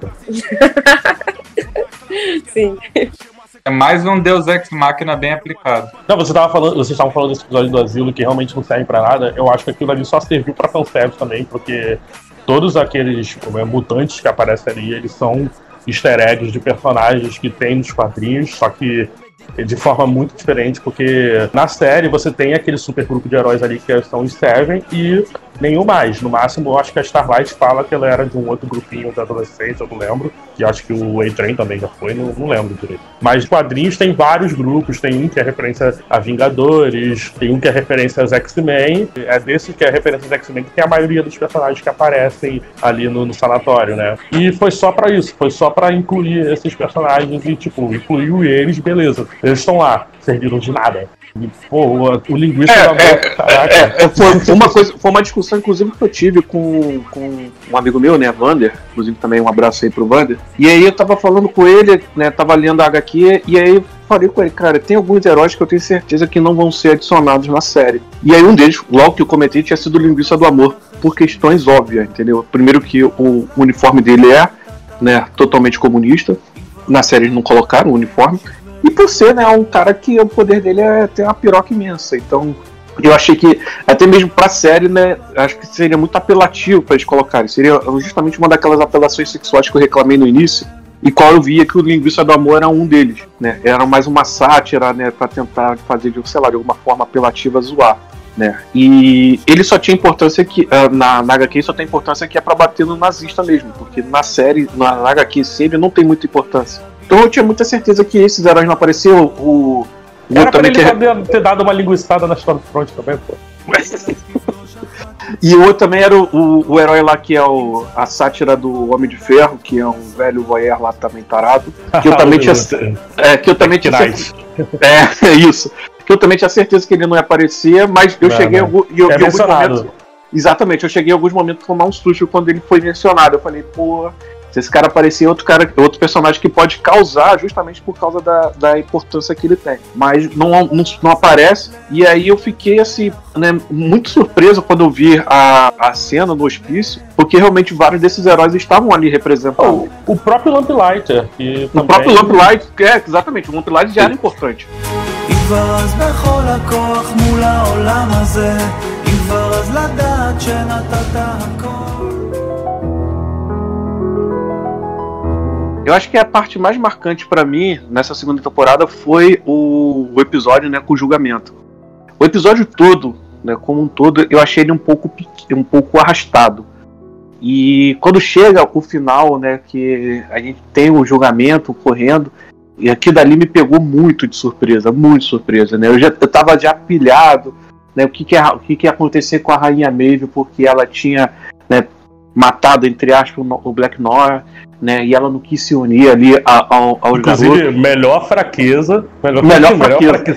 Sim. É mais um Deus Ex Machina bem aplicado. Não, você tava falando, vocês estavam falando desse episódio do asilo que realmente não serve pra nada. Eu acho que aquilo ali só serviu pra fanservice também, porque todos aqueles como é, mutantes que aparecem ali, eles são easter eggs de personagens que tem nos quadrinhos, só que de forma muito diferente, porque na série você tem aquele super grupo de heróis ali que são os Seven e nenhum mais. No máximo, eu acho que a Starlight fala que ela era de um outro grupinho da adolescência, eu não lembro. E acho que o A-Train também já foi, não, não lembro direito. Mas os quadrinhos tem vários grupos, tem um que é referência a Vingadores, tem um que é referência aos X-Men. É desse que é referência aos X-Men que tem a maioria dos personagens que aparecem ali no, no sanatório, né? E foi só pra isso, foi só pra incluir esses personagens e, tipo, incluiu eles, beleza. Eles estão lá, serviram de nada. E, pô, o, o linguista é, da é, caraca. É, é, foi, foi uma coisa, foi uma discussão, inclusive, que eu tive com, com um amigo meu, né, Vander, inclusive também um abraço aí pro Vander. E aí eu tava falando com ele, né, tava lendo a agá quê, e aí falei com ele, cara, tem alguns heróis que eu tenho certeza que não vão ser adicionados na série. E aí um deles, logo que eu comentei, tinha sido o Linguiça do Amor, por questões óbvias, entendeu? Primeiro que o, o uniforme dele é, né, totalmente comunista. Na série eles não colocaram o uniforme. E por ser, né, um cara que o poder dele é ter uma piroca imensa. Então, eu achei que, até mesmo pra série, né, acho que seria muito apelativo pra eles colocarem. Seria justamente uma daquelas apelações sexuais que eu reclamei no início, e qual eu via que o Linguiça do Amor era um deles, né. Era mais uma sátira, né, pra tentar fazer, de, sei lá, de alguma forma apelativa, zoar, né. E ele só tinha importância que, na, na agá quê só tem importância que é pra bater no nazista mesmo, porque na série, na, na agá quê ele não tem muita importância. Então eu tinha muita certeza que esses heróis não apareceram. O, o Era pra também ele que... ter dado uma linguiçada na Stormfront também, pô. E o outro também era o, o, o herói lá que é o, a sátira do Homem de Ferro, que é um velho voyeur lá também tarado. Que eu também tinha. É, que eu também tinha certeza, é, é isso. Que eu também tinha certeza que ele não ia aparecer, mas eu não, cheguei não. Em, em, é em alguns momentos. Exatamente, eu cheguei em alguns momentos a tomar um susto quando ele foi mencionado. Eu falei, pô. Se esse cara aparecer, outro cara, outro personagem que pode causar justamente por causa da, da importância que ele tem. Mas não, não, não aparece. E aí eu fiquei assim, né, muito surpreso quando eu vi a, a cena no hospício, porque realmente vários desses heróis estavam ali representados. Oh, o próprio Lamplighter. Que o também... próprio Lamplighter, é, exatamente, o Lamplighter já era importante. Eu acho que a parte mais marcante pra mim nessa segunda temporada foi o, o episódio, né, com o julgamento. O episódio todo, né, como um todo, eu achei ele um pouco, um pouco arrastado. E quando chega o final, né, que a gente tem o julgamento correndo, e aquilo dali me pegou muito de surpresa, muito surpresa, né? Eu já eu tava já pilhado, né, o que que ia, o que que ia acontecer com a Rainha Maeve, porque ela tinha, né, matado, entre aspas, o Black Noir, né, e ela não quis se unir ali ao, ao Inclusive, garoto. melhor fraqueza. Melhor, melhor fraqueza. fraqueza.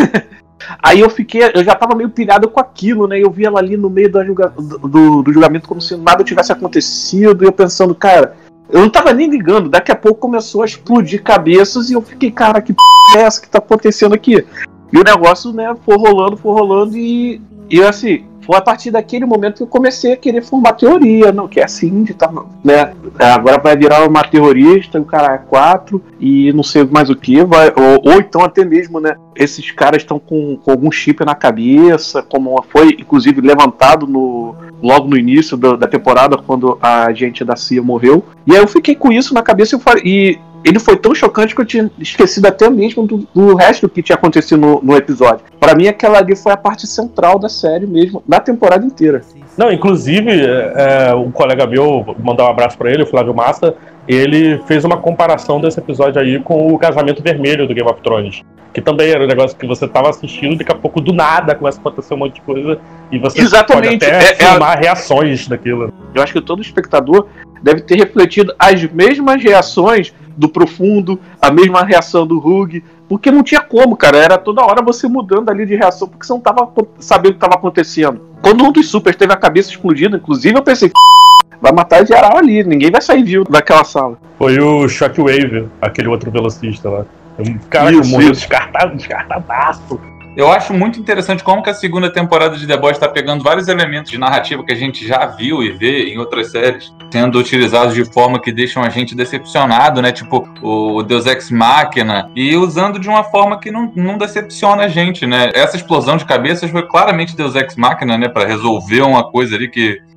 Aí eu fiquei, eu já tava meio pilhado com aquilo, né? Eu vi ela ali no meio do, julga, do, do julgamento como se nada tivesse acontecido, e eu pensando, cara, eu não tava nem ligando, daqui a pouco começou a explodir cabeças, e eu fiquei, cara, que p é essa que tá acontecendo aqui? E o negócio, né, foi rolando, foi rolando, e, e assim, foi a partir daquele momento que eu comecei a querer formar teoria, não, que é assim, de tá, né, agora vai virar uma terrorista, o cara é quatro, e não sei mais o que, vai, ou, ou então até mesmo, né, esses caras estão com, com algum chip na cabeça, como foi, inclusive, levantado no, logo no início do, da temporada, quando a agente da C I A morreu, e aí eu fiquei com isso na cabeça e eu falei, e ele foi tão chocante que eu tinha esquecido até mesmo do, do resto que tinha acontecido no, no episódio. Pra mim, aquela ali foi a parte central da série mesmo, da temporada inteira. Não, inclusive, é, um colega meu, vou mandar um abraço pra ele, o Flávio Massa, ele fez uma comparação desse episódio aí com o Casamento Vermelho do Game of Thrones. Que também era um negócio que você tava assistindo, daqui a pouco, do nada, começa a acontecer um monte de coisa, e você Exatamente. pode até é, filmar é... reações daquilo. Eu acho que todo espectador deve ter refletido as mesmas reações do Profundo, a mesma reação do Hugh, porque não tinha como, cara, era toda hora você mudando ali de reação, porque você não tava sabendo o que estava acontecendo. Quando um dos supers teve a cabeça explodida, inclusive, eu pensei, vai matar geral ali, ninguém vai sair vivo daquela sala. Foi o Shockwave, aquele outro velocista lá. Um cara que morreu descartado, descartadaço. Eu acho muito interessante como que a segunda temporada de The Boys está pegando vários elementos de narrativa que a gente já viu e vê em outras séries, sendo utilizados de forma que deixam a gente decepcionado, né? Tipo, o Deus Ex Machina, e usando de uma forma que não, não decepciona a gente, né? Essa explosão de cabeças foi claramente Deus Ex Machina, né? Para resolver uma coisa ali que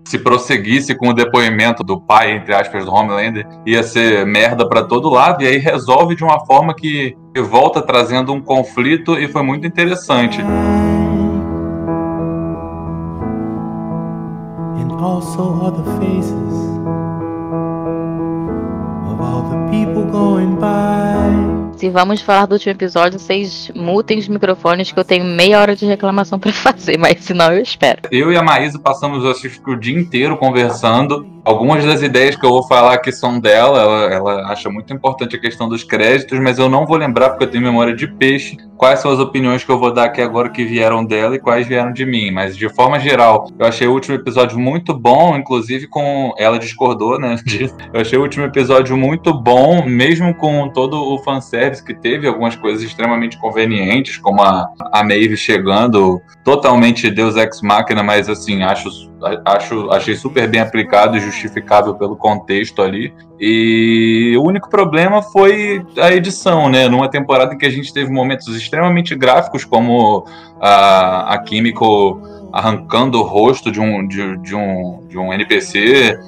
se prosseguisse com o depoimento do pai, entre aspas, do Homelander, ia ser merda pra todo lado, e aí resolve de uma forma que volta trazendo um conflito, e foi muito interessante. And also other faces of all the people going by. Se vamos falar do último episódio, vocês mutem os microfones que eu tenho meia hora de reclamação pra fazer, mas senão eu espero. Eu e a Maísa passamos acho, o dia inteiro conversando. Algumas das ideias que eu vou falar aqui são dela, ela, ela acha muito importante a questão dos créditos, mas eu não vou lembrar porque eu tenho memória de peixe quais são as opiniões que eu vou dar aqui agora que vieram dela e quais vieram de mim. Mas de forma geral, eu achei o último episódio muito bom, inclusive com... Ela discordou, né? Disso. Eu achei o último episódio muito bom, mesmo com todo o fanservice que teve, algumas coisas extremamente convenientes, como a, a Maeve chegando totalmente Deus Ex Machina, mas assim, acho, acho, achei super bem aplicado e justificável pelo contexto ali. E o único problema foi a edição, né? Numa temporada em que a gente teve momentos extremamente gráficos, como a, a Kimiko arrancando o rosto de um, de, de um, de um N P C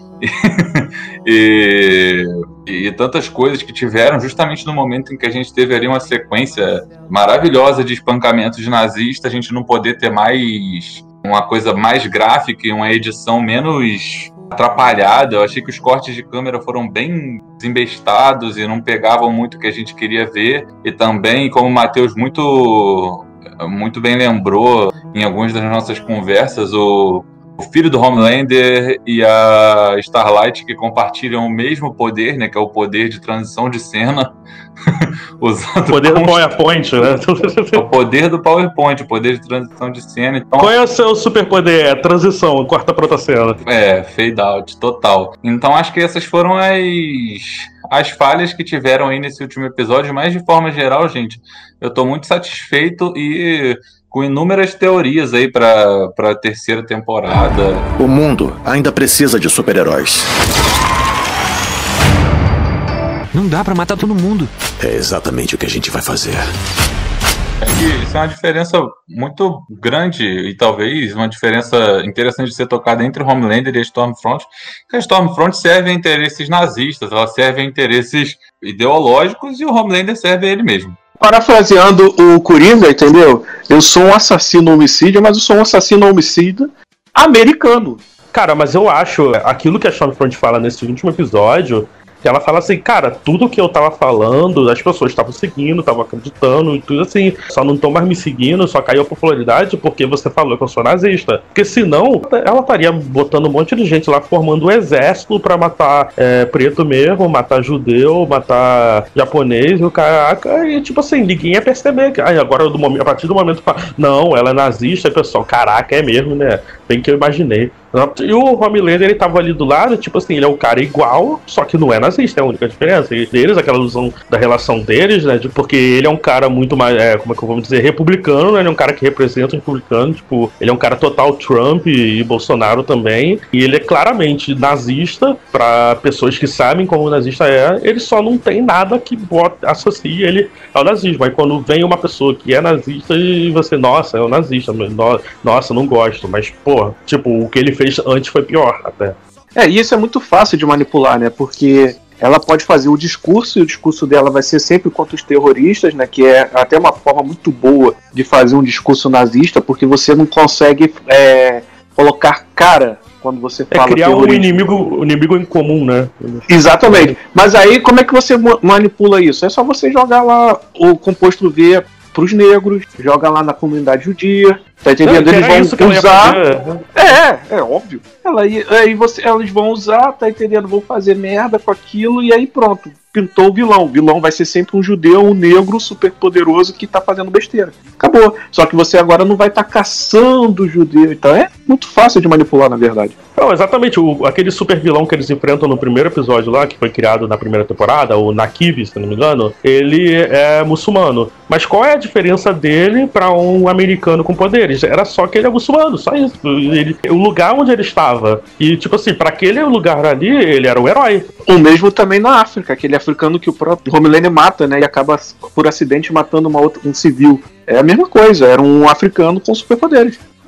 e, e tantas coisas que tiveram justamente no momento em que a gente teve ali uma sequência maravilhosa de espancamentos nazistas, a gente não poder ter mais uma coisa mais gráfica e uma edição menos atrapalhada. Eu achei que os cortes de câmera foram bem desembestados e não pegavam muito o que a gente queria ver. E também, como o Matheus muito, muito bem lembrou em algumas das nossas conversas, o, o filho do Homelander e a Starlight, que compartilham o mesmo poder, né, que é o poder de transição de cena. O poder do PowerPoint, né? O poder do PowerPoint, o poder de transição de cena. Então... Qual é o seu superpoder? É transição, corta pra outra cena. É, fade out, total. Então acho que essas foram as, as falhas que tiveram aí nesse último episódio, mas de forma geral, gente, eu tô muito satisfeito e com inúmeras teorias aí pra, pra terceira temporada. O mundo ainda precisa de super-heróis. Não dá pra matar todo mundo. É exatamente o que a gente vai fazer. Acho que isso é uma diferença muito grande e talvez uma diferença interessante de ser tocada entre o Homelander e a Stormfront, que a Stormfront serve a interesses nazistas, ela serve a interesses ideológicos e o Homelander serve a ele mesmo. Parafraseando o Coringa, entendeu? Eu sou um assassino homicida, mas eu sou um assassino homicida americano. Cara, mas eu acho aquilo que a Stormfront fala nesse último episódio, que ela fala assim, cara, tudo que eu tava falando, as pessoas estavam seguindo, estavam acreditando e tudo assim, só não estão mais me seguindo, só caiu a popularidade porque você falou que eu sou nazista. Porque senão, ela estaria botando um monte de gente lá, formando um exército pra matar é, preto mesmo, matar judeu, matar japonês, e o caraca, e tipo assim, ninguém ia perceber. Aí agora, do momento, a partir do momento que fala, não, ela é nazista, e o pessoal, caraca, é mesmo, né? Bem que eu imaginei. E o Homelander, ele tava ali do lado, tipo assim, ele é um cara igual, só que não é nazista, é a única diferença. E deles, aquela ilusão da relação deles, né, de, porque ele é um cara muito mais, é, como é que eu vou dizer, republicano, né, ele é um cara que representa o republicano, tipo, ele é um cara total Trump e, e Bolsonaro também, e ele é claramente nazista, pra pessoas que sabem como o nazista é, ele só não tem nada que bota, associe ele ao nazismo. Aí quando vem uma pessoa que é nazista e você, nossa, é um nazista, no, nossa, não gosto, mas, pô, tipo, o que ele fez antes foi pior até. É, e isso é muito fácil de manipular, né? Porque ela pode fazer o discurso, e o discurso dela vai ser sempre contra os terroristas, né? Que é até uma forma muito boa de fazer um discurso nazista, porque você não consegue é, colocar cara quando você fala é criar terrorista. um inimigo, um inimigo em comum, né? Exatamente. Mas aí, como é que você manipula isso? É só você jogar lá o composto V pros negros, joga lá na comunidade judia, tá entendendo? Não, eles vão usar. É, é óbvio. Ela, aí você, eles vão usar, tá entendendo? Vão fazer merda com aquilo e aí pronto. Pintou o vilão. O vilão vai ser sempre um judeu, um negro super poderoso que tá fazendo besteira. Acabou. Só que você agora não vai estar tá caçando o judeu. Então é muito fácil de manipular, na verdade. Não, exatamente. O, aquele super vilão que eles enfrentam no primeiro episódio lá, que foi criado na primeira temporada, o Nakiv, se não me engano, ele é muçulmano. Mas qual é a diferença dele pra um americano com poderes? Era só que ele é muçulmano, só isso. Ele, o lugar onde ele estava. E, tipo assim, pra aquele lugar ali, ele era o herói. O mesmo também na África, aquele africano que o próprio Homelander mata, né? E acaba por acidente matando uma outra, um civil. É a mesma coisa, era um africano com superpoderes.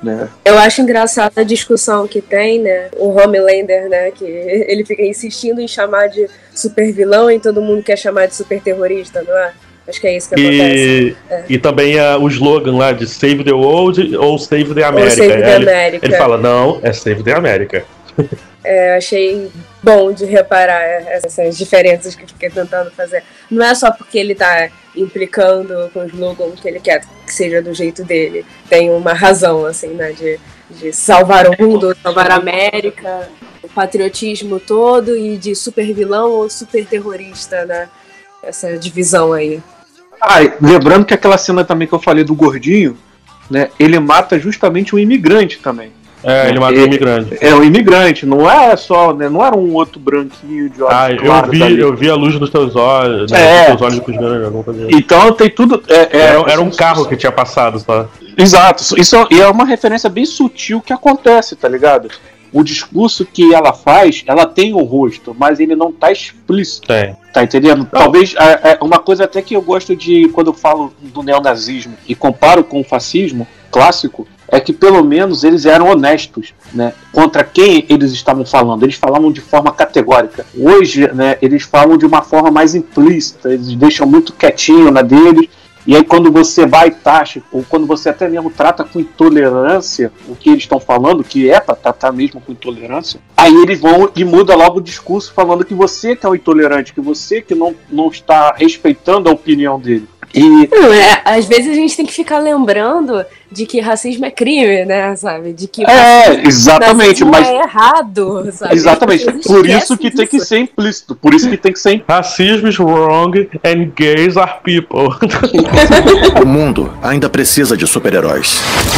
né? Eu acho engraçada a discussão que tem, né? O Homelander, né? Que ele fica insistindo em chamar de super vilão e todo mundo quer chamar de super terrorista, não é? Acho que é isso que e, acontece. É. E também uh, o slogan lá de Save the World ou Save the America. Ou Save the ele, America. ele fala, não, é Save the America. É, achei bom de reparar essas diferenças que fiquei tentando fazer. Não é só porque ele tá implicando com o slogan que ele quer que seja do jeito dele. Tem uma razão, assim, né? De, de salvar o mundo, salvar a América, o patriotismo todo e de super vilão ou super terrorista, né? Essa divisão aí. Ah, lembrando que aquela cena também que eu falei do gordinho, né? Ele mata justamente um imigrante também. É, ele mata um imigrante. É um imigrante, não é só, né? Não era um outro branquinho de olhos ah, claros. Eu vi, ali. eu vi a luz dos teus olhos, né? É. Dos teus olhos cusgando, alguma coisa assim. Então tem tudo. É, é, era, era um carro que tinha passado só. Exato. Isso é, é uma referência bem sutil que acontece, tá ligado? O discurso que ela faz, ela tem o rosto, mas ele não tá explícito. Tem. Tá entendendo? Não. Talvez é, é uma coisa até que eu gosto de, quando eu falo do neonazismo e comparo com o fascismo clássico, é que pelo menos eles eram honestos, né? Contra quem eles estavam falando. Eles falavam de forma categórica. Hoje, né, eles falam de uma forma mais implícita, eles deixam muito quietinho na deles. E aí quando você vai e taxa, ou quando você até mesmo trata com intolerância o que eles estão falando, que é para tratar mesmo com intolerância, aí eles vão e muda logo o discurso falando que você que é o intolerante, que você que não, não está respeitando a opinião dele. E... Não, é, às vezes a gente tem que ficar lembrando de que racismo é crime, né, sabe? De que é, exatamente, mas é errado, sabe? Exatamente, por isso que disso. Tem que ser implícito, por isso que tem que ser implícito. Racismo is wrong and gays are people. O mundo ainda precisa de super-heróis.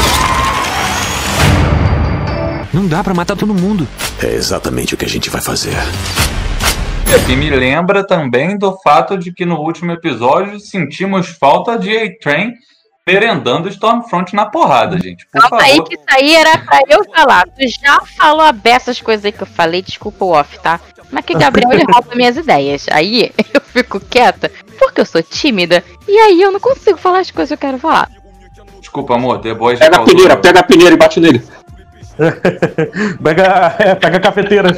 Não dá pra matar todo mundo. É exatamente o que a gente vai fazer. E me lembra também do fato de que no último episódio sentimos falta de A-Train merendando Stormfront na porrada, gente. Por Calma favor. aí, que isso aí era pra eu falar. Tu já falou a beça as coisas aí que eu falei, desculpa o off, tá? Mas que Gabriel ele rouba minhas ideias. Aí eu fico quieta porque eu sou tímida. E aí eu não consigo falar as coisas que eu quero falar. Desculpa, amor, The Boys Pega a peneira, pega a peneira e bate nele. pega, é, pega a cafeteira.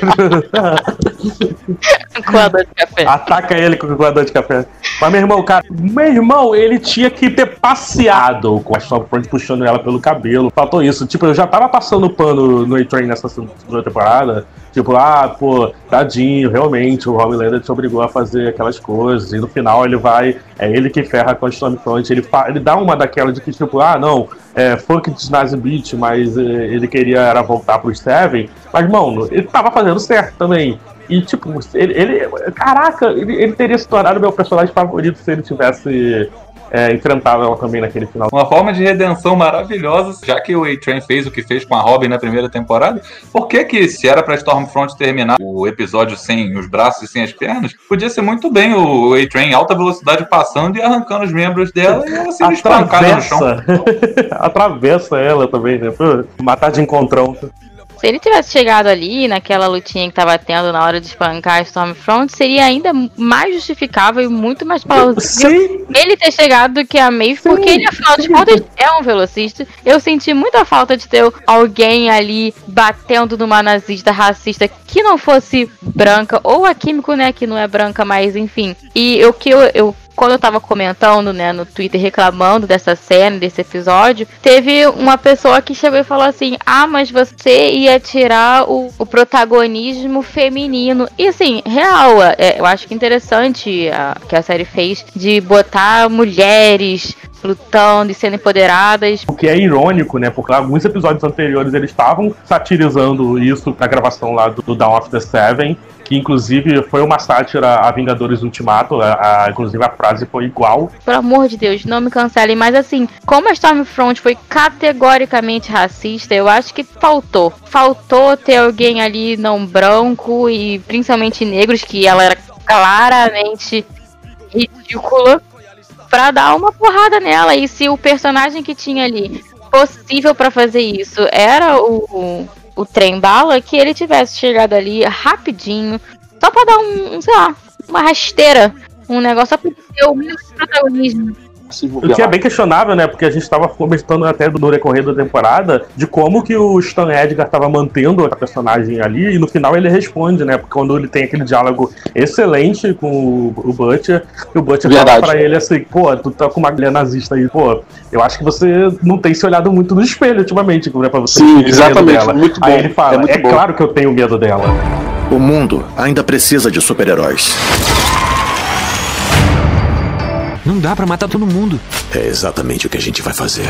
Coador de café. Ataca ele com o coador de café. Mas meu irmão, cara, meu irmão, ele tinha que ter passeado com a Stormfront puxando ela pelo cabelo. Faltou isso. Tipo, eu já tava passando pano no A-Train nessa segunda temporada. Tipo, ah, pô, tadinho, realmente, o Homelander te obrigou a fazer aquelas coisas. E no final ele vai, é ele que ferra com a Stormfront. Ele, ele dá uma daquela de que, tipo, ah, não, é funk de Nazi Beat, mas é, ele queria era voltar pro Seven. Mas, mano, ele tava fazendo certo também. E, tipo, ele, ele caraca, ele, ele teria se tornado meu personagem favorito se ele tivesse é, enfrentado ela também naquele final. Uma forma de redenção maravilhosa, já que o A-Train fez o que fez com a Robin na primeira temporada, por que que, se era pra Stormfront terminar o episódio sem os braços e sem as pernas, podia ser muito bem o A-Train em alta velocidade passando e arrancando os membros dela e ela sendo espancada no chão. Atravessa ela também, né? Pô, matar de encontrão. Se ele tivesse chegado ali, naquela lutinha que tava tendo na hora de espancar a Stormfront, seria ainda mais justificável e muito mais plausível Sim. ele ter chegado do que a Maeve, Sim. porque ele, afinal de contas, é um velocista. Eu senti muita falta de ter alguém ali batendo numa nazista racista que não fosse branca, ou a Químico, né, que não é branca, mas enfim. E o que eu... eu quando eu tava comentando, né, no Twitter, reclamando dessa cena, desse episódio, teve uma pessoa que chegou e falou assim, ah, mas você ia tirar o, o protagonismo feminino. E assim, real, é, eu acho que interessante a, que a série fez de botar mulheres lutando e sendo empoderadas. O que é irônico, né? Porque alguns episódios anteriores eles estavam satirizando isso na gravação lá do, do Dawn of the Seven, que inclusive foi uma sátira a Vingadores Ultimato, a, a, inclusive a frase foi igual. Pelo amor de Deus, não me cancelem, mas assim, como a Stormfront foi categoricamente racista, eu acho que faltou. Faltou ter alguém ali não branco e principalmente negros, que ela era claramente ridícula, pra dar uma porrada nela. E se o personagem que tinha ali possível pra fazer isso era o, o trem-bala, que ele tivesse chegado ali rapidinho, só pra dar um, sei lá, uma rasteira, um negócio, só pra ter o mínimo de protagonismo. O que é bem questionável, né? Porque a gente estava comentando até no decorrer da temporada de como que o Stan Edgar estava mantendo a personagem ali e no final ele responde, né? Porque quando ele tem aquele diálogo excelente com o, o Butcher, e o Butcher Verdade. fala pra ele assim, pô, tu tá com uma mulher nazista aí, pô, eu acho que você não tem se olhado muito no espelho ultimamente, né? Pra você Sim, ter exatamente, medo dela. muito bom. Aí ele fala, É muito é bom. claro que eu tenho medo dela. O mundo ainda precisa de super-heróis. Não dá pra matar todo mundo. É exatamente o que a gente vai fazer.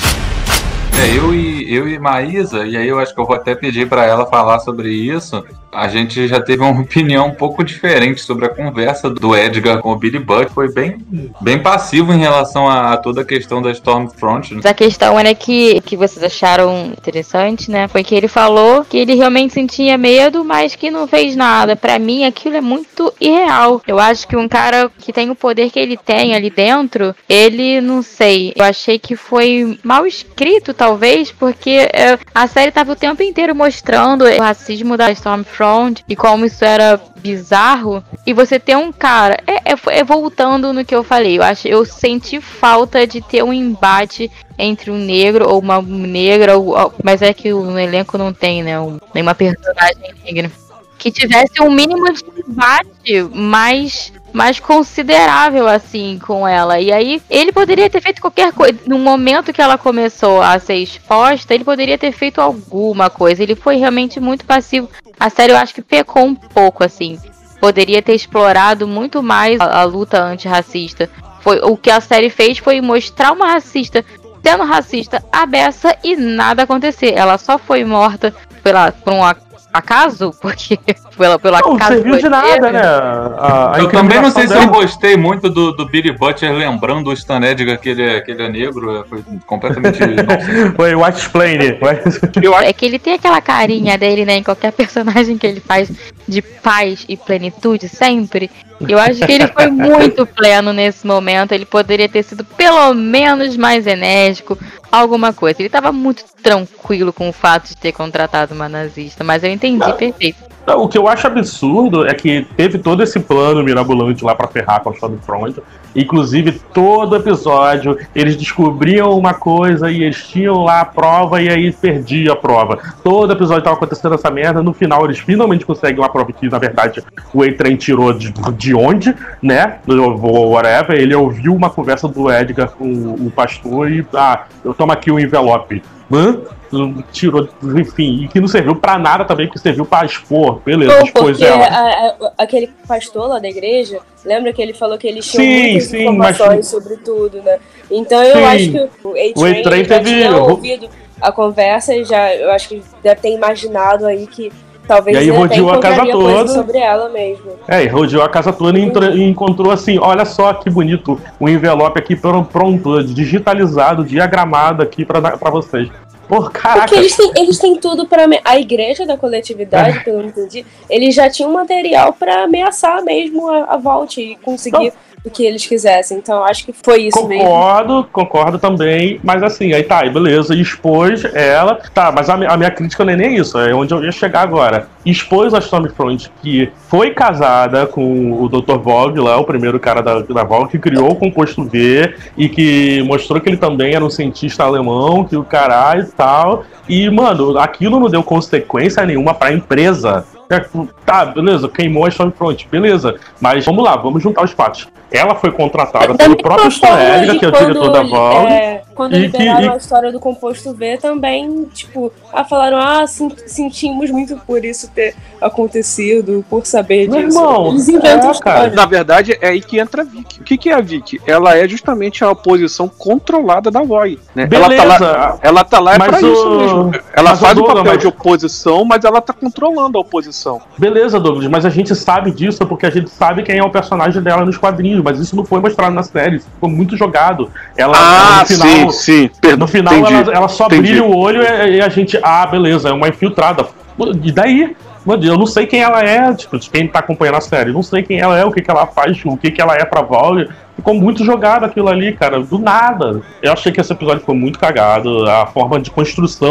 É, eu e, eu e Maísa, e aí eu acho que eu vou até pedir pra ela falar sobre isso. A gente já teve uma opinião um pouco diferente sobre a conversa do Edgar com o Billy Buck. Foi bem, bem passivo em relação a, a toda a questão da Stormfront. A questão é que, que vocês acharam interessante, né? Foi que ele falou que ele realmente sentia medo, mas que não fez nada. Pra mim, aquilo é muito irreal. Eu acho que um cara que tem o poder que ele tem ali dentro, ele, não sei, eu achei que foi mal escrito, talvez, porque é, a série tava o tempo inteiro mostrando o racismo da Stormfront e como isso era bizarro, e você ter um cara é, é, é voltando no que eu falei, eu acho, eu senti falta de ter um embate entre um negro ou uma negra, ou, mas é que no elenco não tem, né, um, nenhuma personagem negra que tivesse um mínimo de embate mais mais considerável, assim, com ela. E aí, ele poderia ter feito qualquer coisa. No momento que ela começou a ser exposta, ele poderia ter feito alguma coisa. Ele foi realmente muito passivo. A série, eu acho que pecou um pouco, assim. Poderia ter explorado muito mais a, a luta antirracista. Foi, o que a série fez foi mostrar uma racista sendo racista à beça e nada acontecer. Ela só foi morta pela, por um acaso, porque pela, pelo Não, acaso. serviu de nada, né? A, a Eu também não sei se dela. eu gostei muito do, do Billy Butcher lembrando o Stan Edgar que ele é, que ele é negro. Foi completamente. Foi white explain. Eu acho É que ele tem aquela carinha dele, né, em qualquer personagem que ele faz de paz e plenitude sempre. Eu acho que ele foi muito pleno nesse momento. Ele poderia ter sido pelo menos mais enérgico, alguma coisa. Ele estava muito tranquilo com o fato de ter contratado uma nazista, mas eu entendi Não. perfeito. O que eu acho absurdo é que teve todo esse plano mirabolante lá pra ferrar com a Stormfront. Inclusive, todo episódio eles descobriam uma coisa e eles tinham lá a prova e aí perdia a prova. Todo episódio tava acontecendo essa merda. No final, eles finalmente conseguem uma prova que, na verdade, o A-Train tirou de, de onde, né? Do whatever. Ele ouviu uma conversa do Edgar com o pastor e, ah, eu tomo aqui o envelope. Hã? Tirou, enfim, e que não serviu pra nada também, que serviu pra expor, beleza, Não, expôs porque ela. a, a, aquele pastor lá da igreja, lembra que ele falou que eles tinham Sim, muitas sim, informações mas- sobre tudo, né? Então eu Sim. acho que o O A-Train A-Train já teve- tinha ouvido a conversa e já, eu acho que deve ter imaginado aí que talvez E aí ele até rodeou a casa encontraria coisa toda. sobre ela mesmo. É, e rodeou a casa toda e, entra- e encontrou assim, olha só que bonito, um envelope aqui pron- pronto, digitalizado, diagramado aqui pra, dar- pra vocês. Pô, caraca. Porque eles têm, eles têm tudo pra... ame- A igreja da coletividade, pelo que eu entendi, eles já tinham material pra ameaçar mesmo a, a Vault e conseguir o que eles quisessem. Então acho que foi isso mesmo. Concordo, concordo também, mas assim, aí tá, aí beleza, expôs ela, tá, mas a, mi- a minha crítica não é nem isso, é onde eu ia chegar agora. Expôs a Stormfront, que foi casada com o doutor Vogue lá, o primeiro cara da, da Vogue, que criou o composto V e que mostrou que ele também era um cientista alemão, que o caralho e tal, e, mano, aquilo não deu consequência nenhuma pra empresa. Tá, beleza, queimou a Stormfront, beleza, mas vamos lá, vamos juntar os fatos. Ela foi contratada Da pelo mesma próprio Stan forma Edgar, de que é o quando, diretor da Vogue. é, quando e liberaram que- e- a história do composto V também, tipo, ah, falaram, ah, sim- sentimos muito por isso ter acontecido, por saber Meu disso. irmão, Eles inventam é, história. cara. Na verdade, é aí que entra a Vicky. O que, que é a Vicky? Ela é justamente a oposição controlada da Void, né? Ela tá Beleza. lá, ela tá lá é Mas pra o- isso mesmo. Ela mas o faz o Douglas, papel mas- de oposição, mas ela tá controlando a oposição. Beleza, Douglas, mas a gente sabe disso porque a gente sabe quem é o personagem dela nos quadrinhos, mas isso não foi mostrado na série, isso ficou muito jogado. Ela, ela, no final, sim, sim. Perdão, no final entendi, ela, ela só entendi. brilha o olho e, e a gente, ah, beleza, é uma infiltrada. E daí? Mano, eu não sei quem ela é, tipo, de quem tá acompanhando a série, eu não sei quem ela é, o que, que ela faz, o que, que ela é pra Vogue. Ficou muito jogado aquilo ali, cara, do nada. Eu achei que esse episódio foi muito cagado, a forma de construção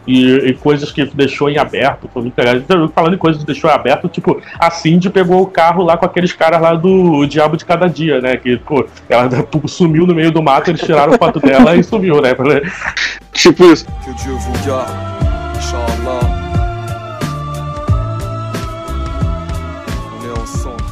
e, e coisas que deixou em aberto. Foi muito legal. Então, falando em coisas que deixou em aberto, tipo, a Cindy pegou o carro lá com aqueles caras lá do Diabo de Cada Dia, né? Que, pô, ela sumiu no meio do mato, eles tiraram foto dela e sumiu, né? Tipo isso. Que Dieu vous garde, Inch'Allah. On est ensemble.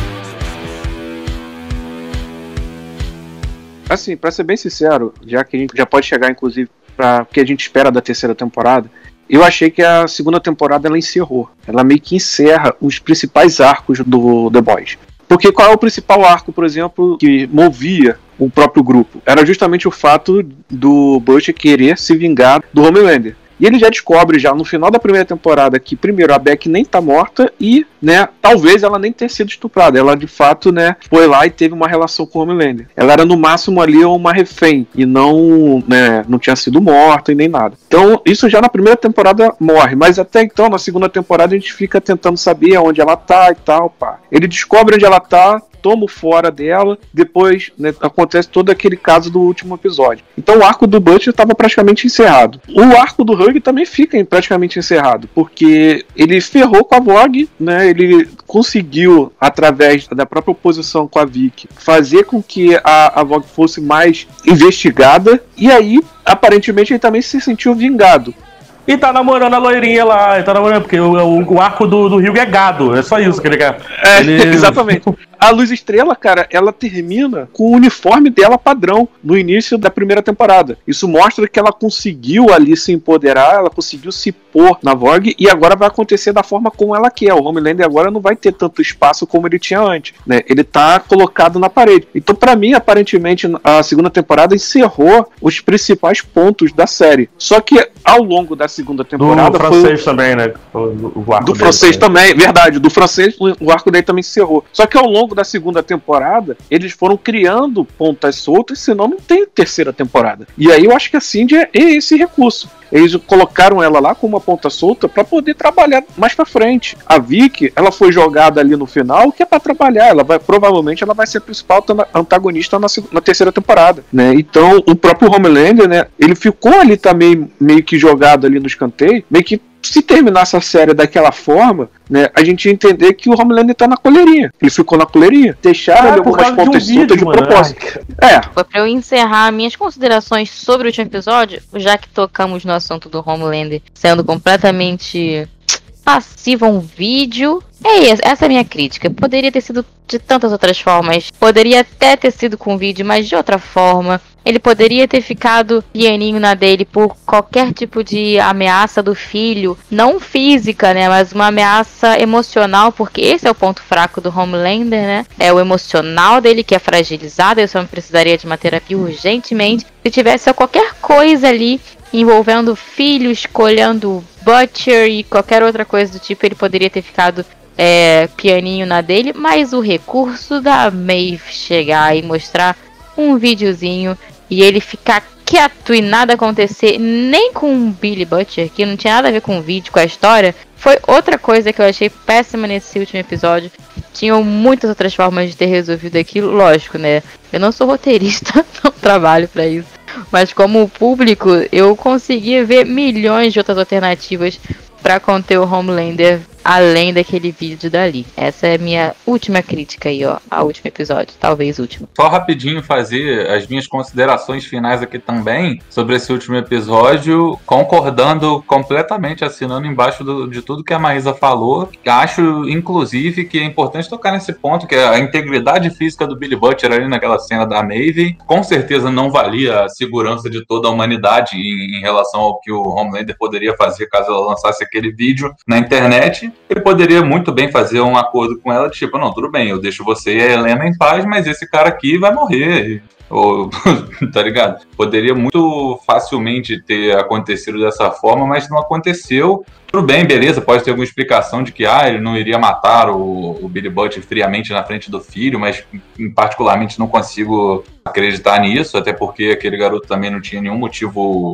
Assim, pra ser bem sincero, já que a gente já pode chegar, inclusive, para o que a gente espera da terceira temporada, eu achei que a segunda temporada ela encerrou. Ela meio que encerra os principais arcos do The Boys. Porque qual é o principal arco, por exemplo, que movia o próprio grupo? Era justamente o fato do Butcher querer se vingar do Homelander. E ele já descobre já no final da primeira temporada que, primeiro, a Beck nem tá morta e, né, talvez ela nem tenha sido estuprada. Ela, de fato, né, foi lá e teve uma relação com o Homelander. Ela era, no máximo, ali uma refém e não, né, não tinha sido morta e nem nada. Então, isso já na primeira temporada morre. Mas até então, na segunda temporada, a gente fica tentando saber onde ela tá e tal, pá. Ele descobre onde ela tá, toma fora dela, depois, né, acontece todo aquele caso do último episódio. Então o arco do Butcher estava praticamente encerrado. O arco do Hug também fica praticamente encerrado, porque ele ferrou com a Vogue, né, ele conseguiu, através da própria oposição com a Vicky, fazer com que a, a Vogue fosse mais investigada, e aí, aparentemente, ele também se sentiu vingado. E tá namorando a loirinha lá, tá namorando, porque o, o, o arco do, do Hugh é gado, é só isso que ele quer. É, ele... exatamente. A Luz Estrela, cara, ela termina com o uniforme dela padrão no início da primeira temporada. Isso mostra que ela conseguiu ali se empoderar, ela conseguiu se pôr na Vogue e agora vai acontecer da forma como ela quer. O Homelander agora não vai ter tanto espaço como ele tinha antes, né? Ele tá colocado na parede. Então, pra mim, aparentemente, a segunda temporada encerrou os principais pontos da série. Só que ao longo da segunda temporada... Do francês foi... também, né? O, o arco do francês também, verdade. Do francês, o arco dele também encerrou. Só que ao longo da segunda temporada, eles foram criando pontas soltas, senão não tem terceira temporada. E aí eu acho que a Cindy é esse recurso. Eles colocaram ela lá com uma ponta solta para poder trabalhar mais para frente. A Vicky, ela foi jogada ali no final, que é para trabalhar. Ela vai, provavelmente, ela vai ser a principal antagonista na, na terceira temporada, né? Então, o próprio Homelander, né? Ele ficou ali também meio que jogado ali no escanteio, meio que se terminasse a série daquela forma, né, a gente ia entender que o Homelander tá na coleirinha. Ele ficou na coleirinha. Deixaram ah, ali algumas pontas de um soltas de propósito. É. Foi pra eu encerrar minhas considerações sobre o último episódio, já que tocamos no assunto do Homelander sendo completamente passivo a um vídeo. É isso, essa é a minha crítica. Poderia ter sido de tantas outras formas. Poderia até ter sido com vídeo, mas de outra forma. Ele poderia ter ficado pianinho na dele por qualquer tipo de ameaça do filho. Não física, né? Mas uma ameaça emocional, porque esse é o ponto fraco do Homelander, né? É o emocional dele que é fragilizado. Eu só precisaria de uma terapia urgentemente. Se tivesse qualquer coisa ali envolvendo filho, escolhendo Butcher e qualquer outra coisa do tipo, ele poderia ter ficado é, pianinho na dele. Mas o recurso da Maeve chegar e mostrar um videozinho e ele ficar quieto e nada acontecer, nem com o Billy Butcher, que não tinha nada a ver com o vídeo, com a história, foi outra coisa que eu achei péssima nesse último episódio. Tinham muitas outras formas de ter resolvido aquilo, lógico, né? Eu não sou roteirista, não trabalho pra isso. Mas como público, eu conseguia ver milhões de outras alternativas pra conter o Homelander além daquele vídeo dali. Essa é a minha última crítica aí, ó, ao último episódio, talvez último. Só rapidinho fazer as minhas considerações finais aqui também sobre esse último episódio, concordando completamente, assinando embaixo do, de tudo que a Maísa falou. Acho, inclusive, que é importante tocar nesse ponto, que é a integridade física do Billy Butcher ali naquela cena da Maeve, com certeza não valia a segurança de toda a humanidade em, em relação ao que o Homelander poderia fazer caso ela lançasse aquele vídeo na internet. Ele poderia muito bem fazer um acordo com ela, tipo, não, tudo bem, eu deixo você e a Helena em paz, mas esse cara aqui vai morrer. Ou, tá ligado? Poderia muito facilmente ter acontecido dessa forma, mas não aconteceu. Tudo bem, beleza, pode ter alguma explicação de que ah, ele não iria matar o, o Billy Butcher friamente na frente do filho, mas particularmente não consigo acreditar nisso, até porque aquele garoto também não tinha nenhum motivo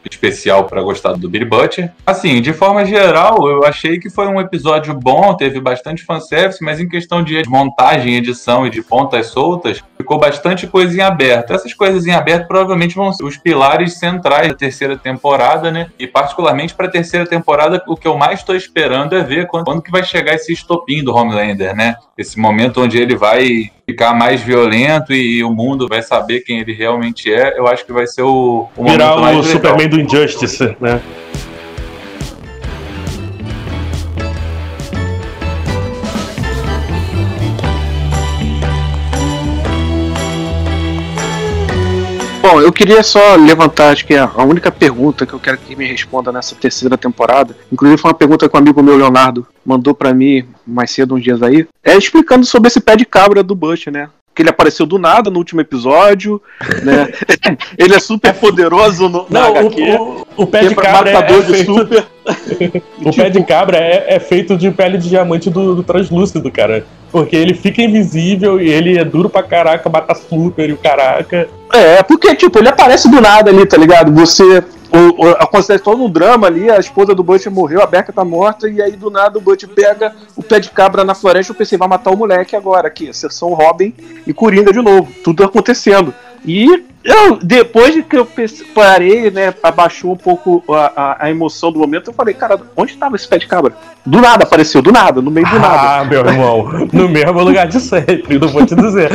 especial pra gostar do Billy Butcher. Assim, de forma geral, eu achei que foi um episódio bom, teve bastante fanservice, mas em questão de montagem, edição e de pontas soltas, ficou bastante coisa em aberto. Essas coisas em aberto provavelmente vão ser os pilares centrais da terceira temporada, né? E particularmente pra terceira temporada, o que eu mais estou esperando é ver quando, quando que vai chegar esse estopim do Homelander, né? Esse momento onde ele vai ficar mais violento e, e o mundo vai saber quem ele realmente é. Eu acho que vai ser o, o virar momento mais o legal. Superman do Injustice, né? Bom, eu queria só levantar, acho que a única pergunta que eu quero que me responda nessa terceira temporada, inclusive foi uma pergunta que um amigo meu, Leonardo, mandou pra mim mais cedo, uns dias aí, é explicando sobre esse pé de cabra do Bush, né? Que ele apareceu do nada no último episódio, né? Ele é super poderoso no, na Não, H Q. O, o, o pé de cabra é, é feito... super. O tipo... pé de cabra é, é feito de pele de diamante do, do translúcido, cara. Porque ele fica invisível e ele é duro pra caraca, mata super e o caraca. É, porque, tipo, ele aparece do nada ali, tá ligado? Você... O, o, acontece todo um drama ali, a esposa do Butch morreu, a Becca tá morta, e aí do nada o Butch pega o pé de cabra na floresta. Eu pensei, vai matar o moleque agora aqui, sessão Robin e Coringa de novo, tudo acontecendo. E eu, depois de que eu parei, né, abaixou um pouco a, a, a emoção do momento, eu falei, cara, onde tava esse pé de cabra? Do nada apareceu, do nada, no meio do nada. Ah, meu irmão, no mesmo lugar de sempre, não vou te dizer.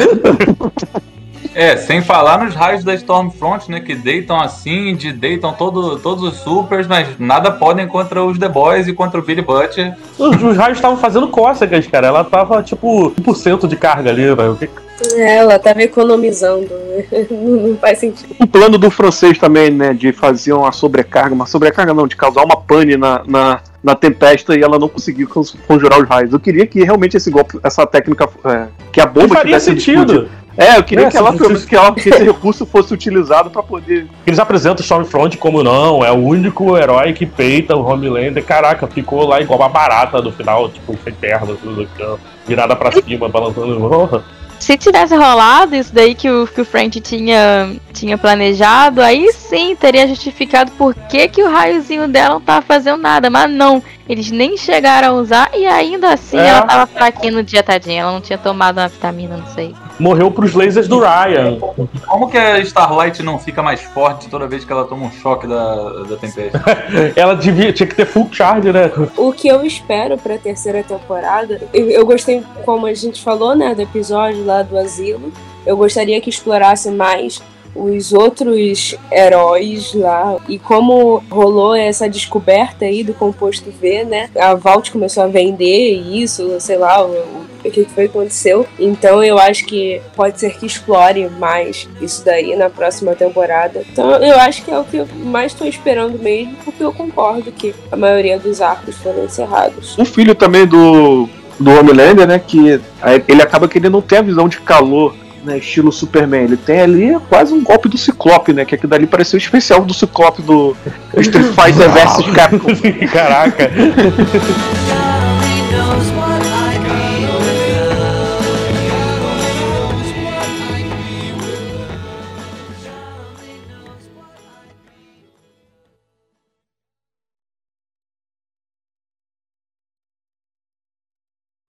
É, sem falar nos raios da Stormfront, né, que deitam assim, de, deitam todo, todos os supers, mas nada podem contra os The Boys e contra o Billy Butcher. Os, os raios estavam fazendo cócegas, cara, ela tava tipo um por cento de carga ali, né? É, ela tava economizando, não faz sentido. O plano do francês também, né, de fazer uma sobrecarga, uma sobrecarga não, de causar uma pane na, na, na tempesta e ela não conseguiu conjurar os raios. Eu queria que realmente esse golpe, essa técnica, é, que a bomba faria sentido. É, eu queria é, que, ela, se... que, ela, que esse recurso fosse utilizado pra poder... Eles apresentam o Stormfront como não, é o único herói que peita o Homelander. Caraca, ficou lá igual uma barata no final, tipo, sem perna, tudo aqui, ó, virada pra cima, balançando. Se tivesse rolado isso daí que o, que o Frank tinha, tinha planejado, aí sim teria justificado por que, que o raiozinho dela não tava fazendo nada, mas não, eles nem chegaram a usar e ainda assim é. Ela tava fraquinha no dia, tadinha, ela não tinha tomado uma vitamina, não sei. Morreu pros lasers do Ryan. Como que a Starlight não fica mais forte toda vez que ela toma um choque da, da tempestade? Ela devia, tinha que ter full charge, né? O que eu espero pra terceira temporada, eu, eu gostei, como a gente falou, né, do episódio lá do asilo, eu gostaria que explorasse mais os outros heróis lá, e como rolou essa descoberta aí do composto V, né, a Vault começou a vender isso, sei lá, o, o que foi que aconteceu, então eu acho que pode ser que explore mais isso daí na próxima temporada, então eu acho que é o que eu mais estou esperando mesmo, porque eu concordo que a maioria dos arcos foram encerrados. O filho também do, do Homelander, né, que ele acaba que ele não tem a visão de calor, né, estilo Superman, ele tem ali quase um golpe do Ciclope, né, que aquilo dali pareceu o especial do Ciclope do Street Fighter versus Capcom. Caraca.